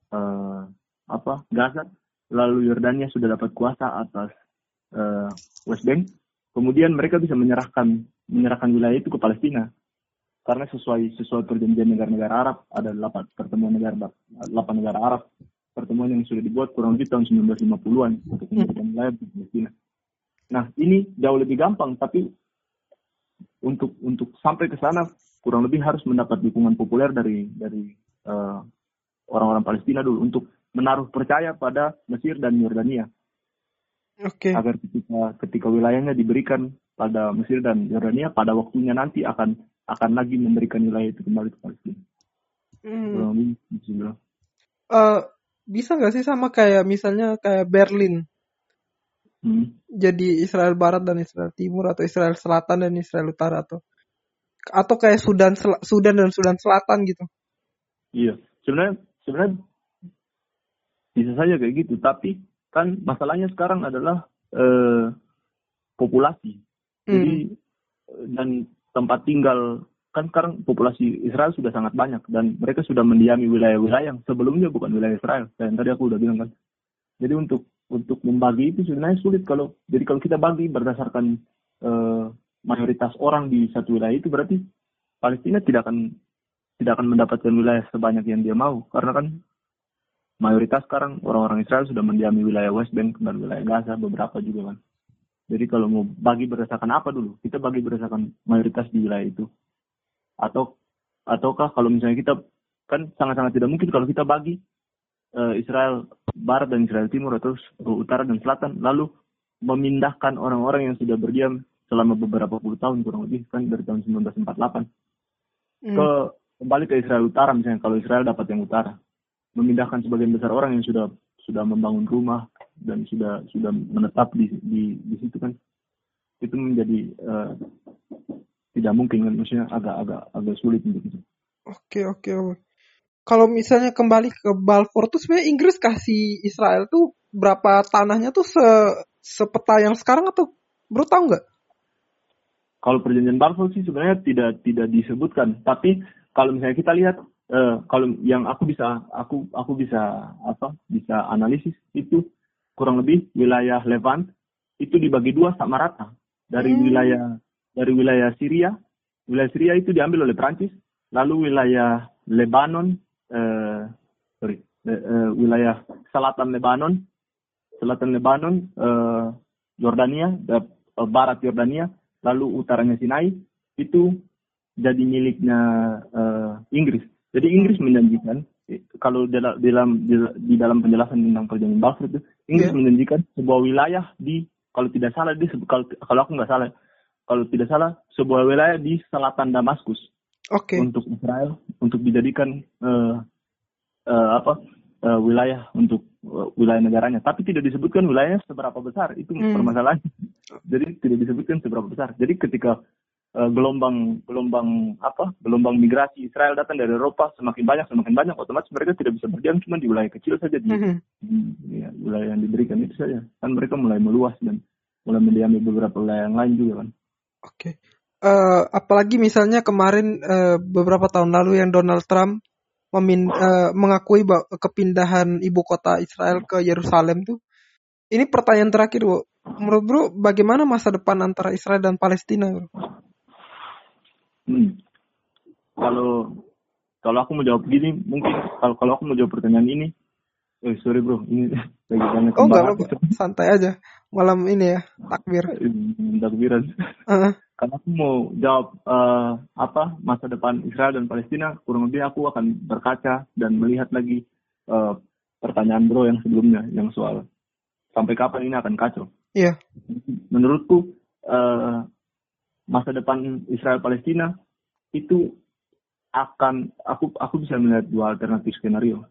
Gaza, lalu Yordania sudah dapat kuasa atas West Bank, kemudian mereka bisa menyerahkan wilayah itu ke Palestina. Karena sesuai perjanjian negara-negara Arab, ada 8 negara Arab, pertemuan yang sudah dibuat kurang lebih tahun 1950-an untuk memberikan wilayah di Palestina. Nah, ini jauh lebih gampang, tapi untuk sampai ke sana kurang lebih harus mendapat dukungan populer dari orang-orang Palestina dulu untuk menaruh percaya pada Mesir dan Yordania. Agar ketika wilayahnya diberikan pada Mesir dan Yordania, pada waktunya nanti akan lagi memberikan wilayah itu kembali ke Palestina. Bisa nggak sih sama kayak misalnya kayak Berlin? Jadi Israel Barat dan Israel Timur, atau Israel Selatan dan Israel Utara, atau kayak Sudan dan Sudan Selatan gitu. Iya, sebenarnya bisa saja kayak gitu, tapi kan masalahnya sekarang adalah populasi. Jadi dan tempat tinggal kan sekarang populasi Israel sudah sangat banyak dan mereka sudah mendiami wilayah-wilayah yang sebelumnya bukan wilayah Israel. Dan tadi aku udah bilang kan. Jadi untuk membagi itu sebenarnya sulit kalau kita bagi berdasarkan mayoritas orang di satu wilayah itu berarti Palestina tidak akan mendapatkan wilayah sebanyak yang dia mau karena kan mayoritas sekarang orang-orang Israel sudah mendiami wilayah West Bank dan wilayah Gaza beberapa juga kan. Jadi kalau mau bagi berdasarkan apa dulu? Kita bagi berdasarkan mayoritas di wilayah itu. Ataukah kalau misalnya kita kan sangat-sangat tidak mungkin kalau kita bagi Israel Barat dan Israel Timur atau Utara dan Selatan lalu memindahkan orang-orang yang sudah berdiam selama beberapa puluh tahun kurang lebih kan dari tahun 1948 kembali ke Israel Utara misalnya kalau Israel dapat yang utara memindahkan sebagian besar orang yang sudah membangun rumah dan sudah menetap di situ kan itu menjadi tidak mungkin kan maksudnya agak sulit untuk itu. Oke. Kalau misalnya kembali ke Balfour tuh sebenarnya Inggris kasih Israel tuh berapa tanahnya tuh sepeta yang sekarang atau bro tahu nggak? Kalau perjanjian Balfour sih sebenarnya tidak disebutkan, tapi kalau misalnya kita lihat kalau yang aku bisa analisis itu kurang lebih wilayah Levant itu dibagi dua sama rata dari wilayah Syria. Wilayah Syria itu diambil oleh Prancis, lalu wilayah Lebanon wilayah selatan Lebanon Yordania barat Yordania lalu utaranya Sinai itu jadi miliknya Inggris. Jadi Inggris menjanjikan kalau di dalam penjelasan tentang perjanjian Balfour itu Inggris menjanjikan sebuah wilayah kalau tidak salah kalau aku nggak salah kalau tidak salah sebuah wilayah di selatan Damaskus untuk Israel untuk dijadikan wilayah untuk wilayah negaranya, tapi tidak disebutkan wilayahnya seberapa besar itu permasalahannya. Jadi tidak disebutkan seberapa besar. Jadi ketika gelombang migrasi Israel datang dari Eropa semakin banyak, otomatis mereka tidak bisa berdiam cuma di wilayah kecil saja di wilayah yang diberikan itu saja. Kan mereka mulai meluas dan mulai mendiami beberapa wilayah yang lain juga kan. Apalagi misalnya kemarin beberapa tahun lalu yang Donald Trump mengakui kepindahan ibu kota Israel ke Yerusalem tuh. Ini pertanyaan terakhir, Bro. Menurut Bro, bagaimana masa depan antara Israel dan Palestina, Bro? Kalau aku mau jawab gini, mungkin kalau aku mau jawab pertanyaan ini, sorry Bro, ini lagi banyak enggak, santai aja. Malam ini ya, takbiran. Kalau aku mau jawab masa depan Israel dan Palestina, kurang lebih aku akan berkaca dan melihat lagi pertanyaan Bro yang sebelumnya, yang soal sampai kapan ini akan kacau. Iya. Menurutku masa depan Israel Palestina itu akan aku bisa melihat dua alternatif skenario.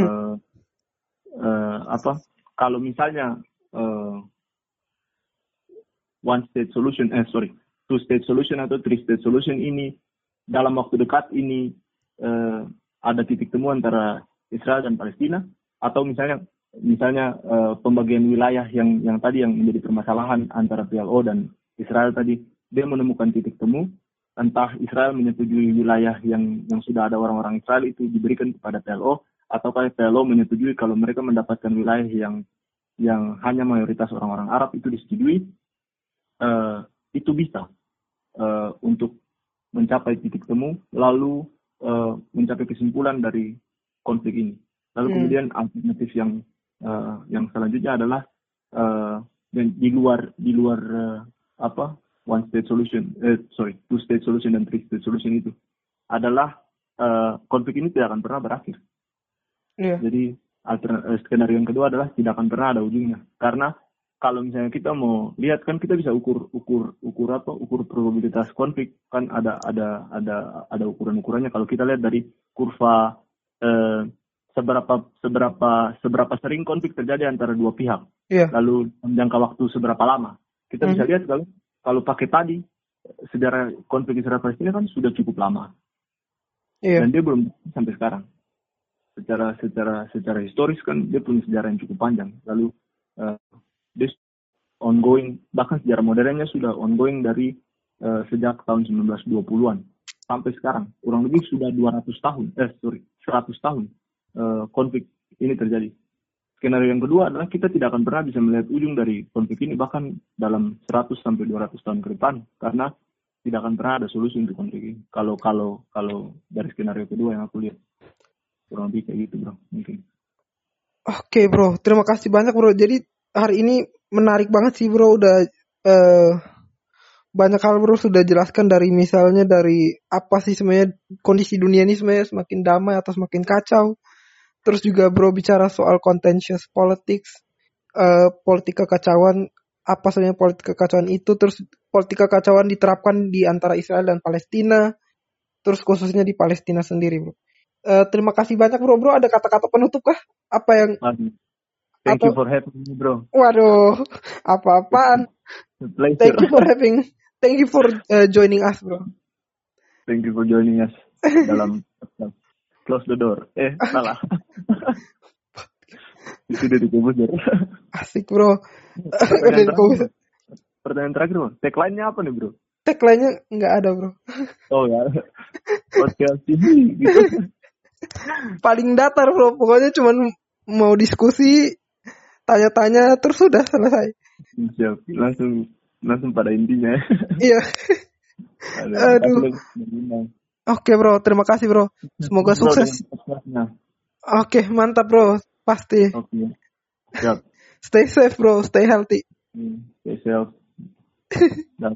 Kalau misalnya two state solution atau three state solution ini dalam waktu dekat ini ada titik temu antara Israel dan Palestina, atau misalnya pembagian wilayah yang tadi yang menjadi permasalahan antara PLO dan Israel tadi, dia menemukan titik temu, entah Israel menyetujui wilayah yang sudah ada orang-orang Israel itu diberikan kepada PLO, ataukah PLO menyetujui kalau mereka mendapatkan wilayah yang hanya mayoritas orang-orang Arab itu disetujui, itu bisa untuk mencapai titik temu, lalu mencapai kesimpulan dari konflik ini. Lalu kemudian alternatif yang selanjutnya adalah di luar one state solution, two state solution dan three state solution itu adalah konflik ini tidak akan pernah berakhir. Jadi skenario yang kedua adalah tidak akan pernah ada ujungnya, karena kalau misalnya kita mau lihat kan kita bisa ukur probabilitas konflik kan ada ukurannya. Kalau kita lihat dari kurva seberapa sering konflik terjadi antara dua pihak, lalu jangka waktu seberapa lama, kita bisa lihat kalau pakai tadi sejarah konflik Israel Palestina kan sudah cukup lama, dan dia belum sampai sekarang. Secara historis kan dia punya sejarah yang cukup panjang. Lalu dia ongoing, bahkan sejarah modernnya sudah ongoing dari sejak tahun 1920-an. sampai sekarang. Kurang lebih sudah 100 tahun konflik ini terjadi. Skenario yang kedua adalah kita tidak akan pernah bisa melihat ujung dari konflik ini bahkan dalam 100 sampai 200 tahun ke depan karena tidak akan pernah ada solusi untuk konflik ini. Kalau dari skenario kedua yang aku lihat. Kurang lebih kayak gitu, bro. Mungkin. Oke, bro. Terima kasih banyak, bro. Jadi hari ini menarik banget sih, bro. Udah banyak hal, bro, sudah jelaskan dari misalnya dari apa sih sebenarnya kondisi dunia ini sebenarnya semakin damai atau semakin kacau. Terus juga, bro, bicara soal contentious politics, politik kekacauan, apa sebenarnya politik kekacauan itu, terus politik kekacauan diterapkan di antara Israel dan Palestina, terus khususnya di Palestina sendiri, bro. Terima kasih banyak, bro. Bro, ada kata-kata penutup kah? Apa yang... Thank you for having me, bro. Waduh, apa-apaan. Thank you for joining us, bro. Thank you for joining us dalam Close the Door. Salah. Itu udah dikubur. Asik, bro. Pertanyaan terakhir, bro. Tagline-nya apa nih, bro? Tagline-nya nggak ada, bro. Oh ya. Podcast ini gitu. Paling datar, bro. Pokoknya cuma mau diskusi, tanya-tanya, terus sudah selesai. Siap. Langsung pada intinya. Iya. Aduh. Oke, bro. Terima kasih, bro. Semoga sukses. Oke, mantap, bro. Pasti. Oke. Siap. Stay safe, bro. Stay healthy. Stay safe.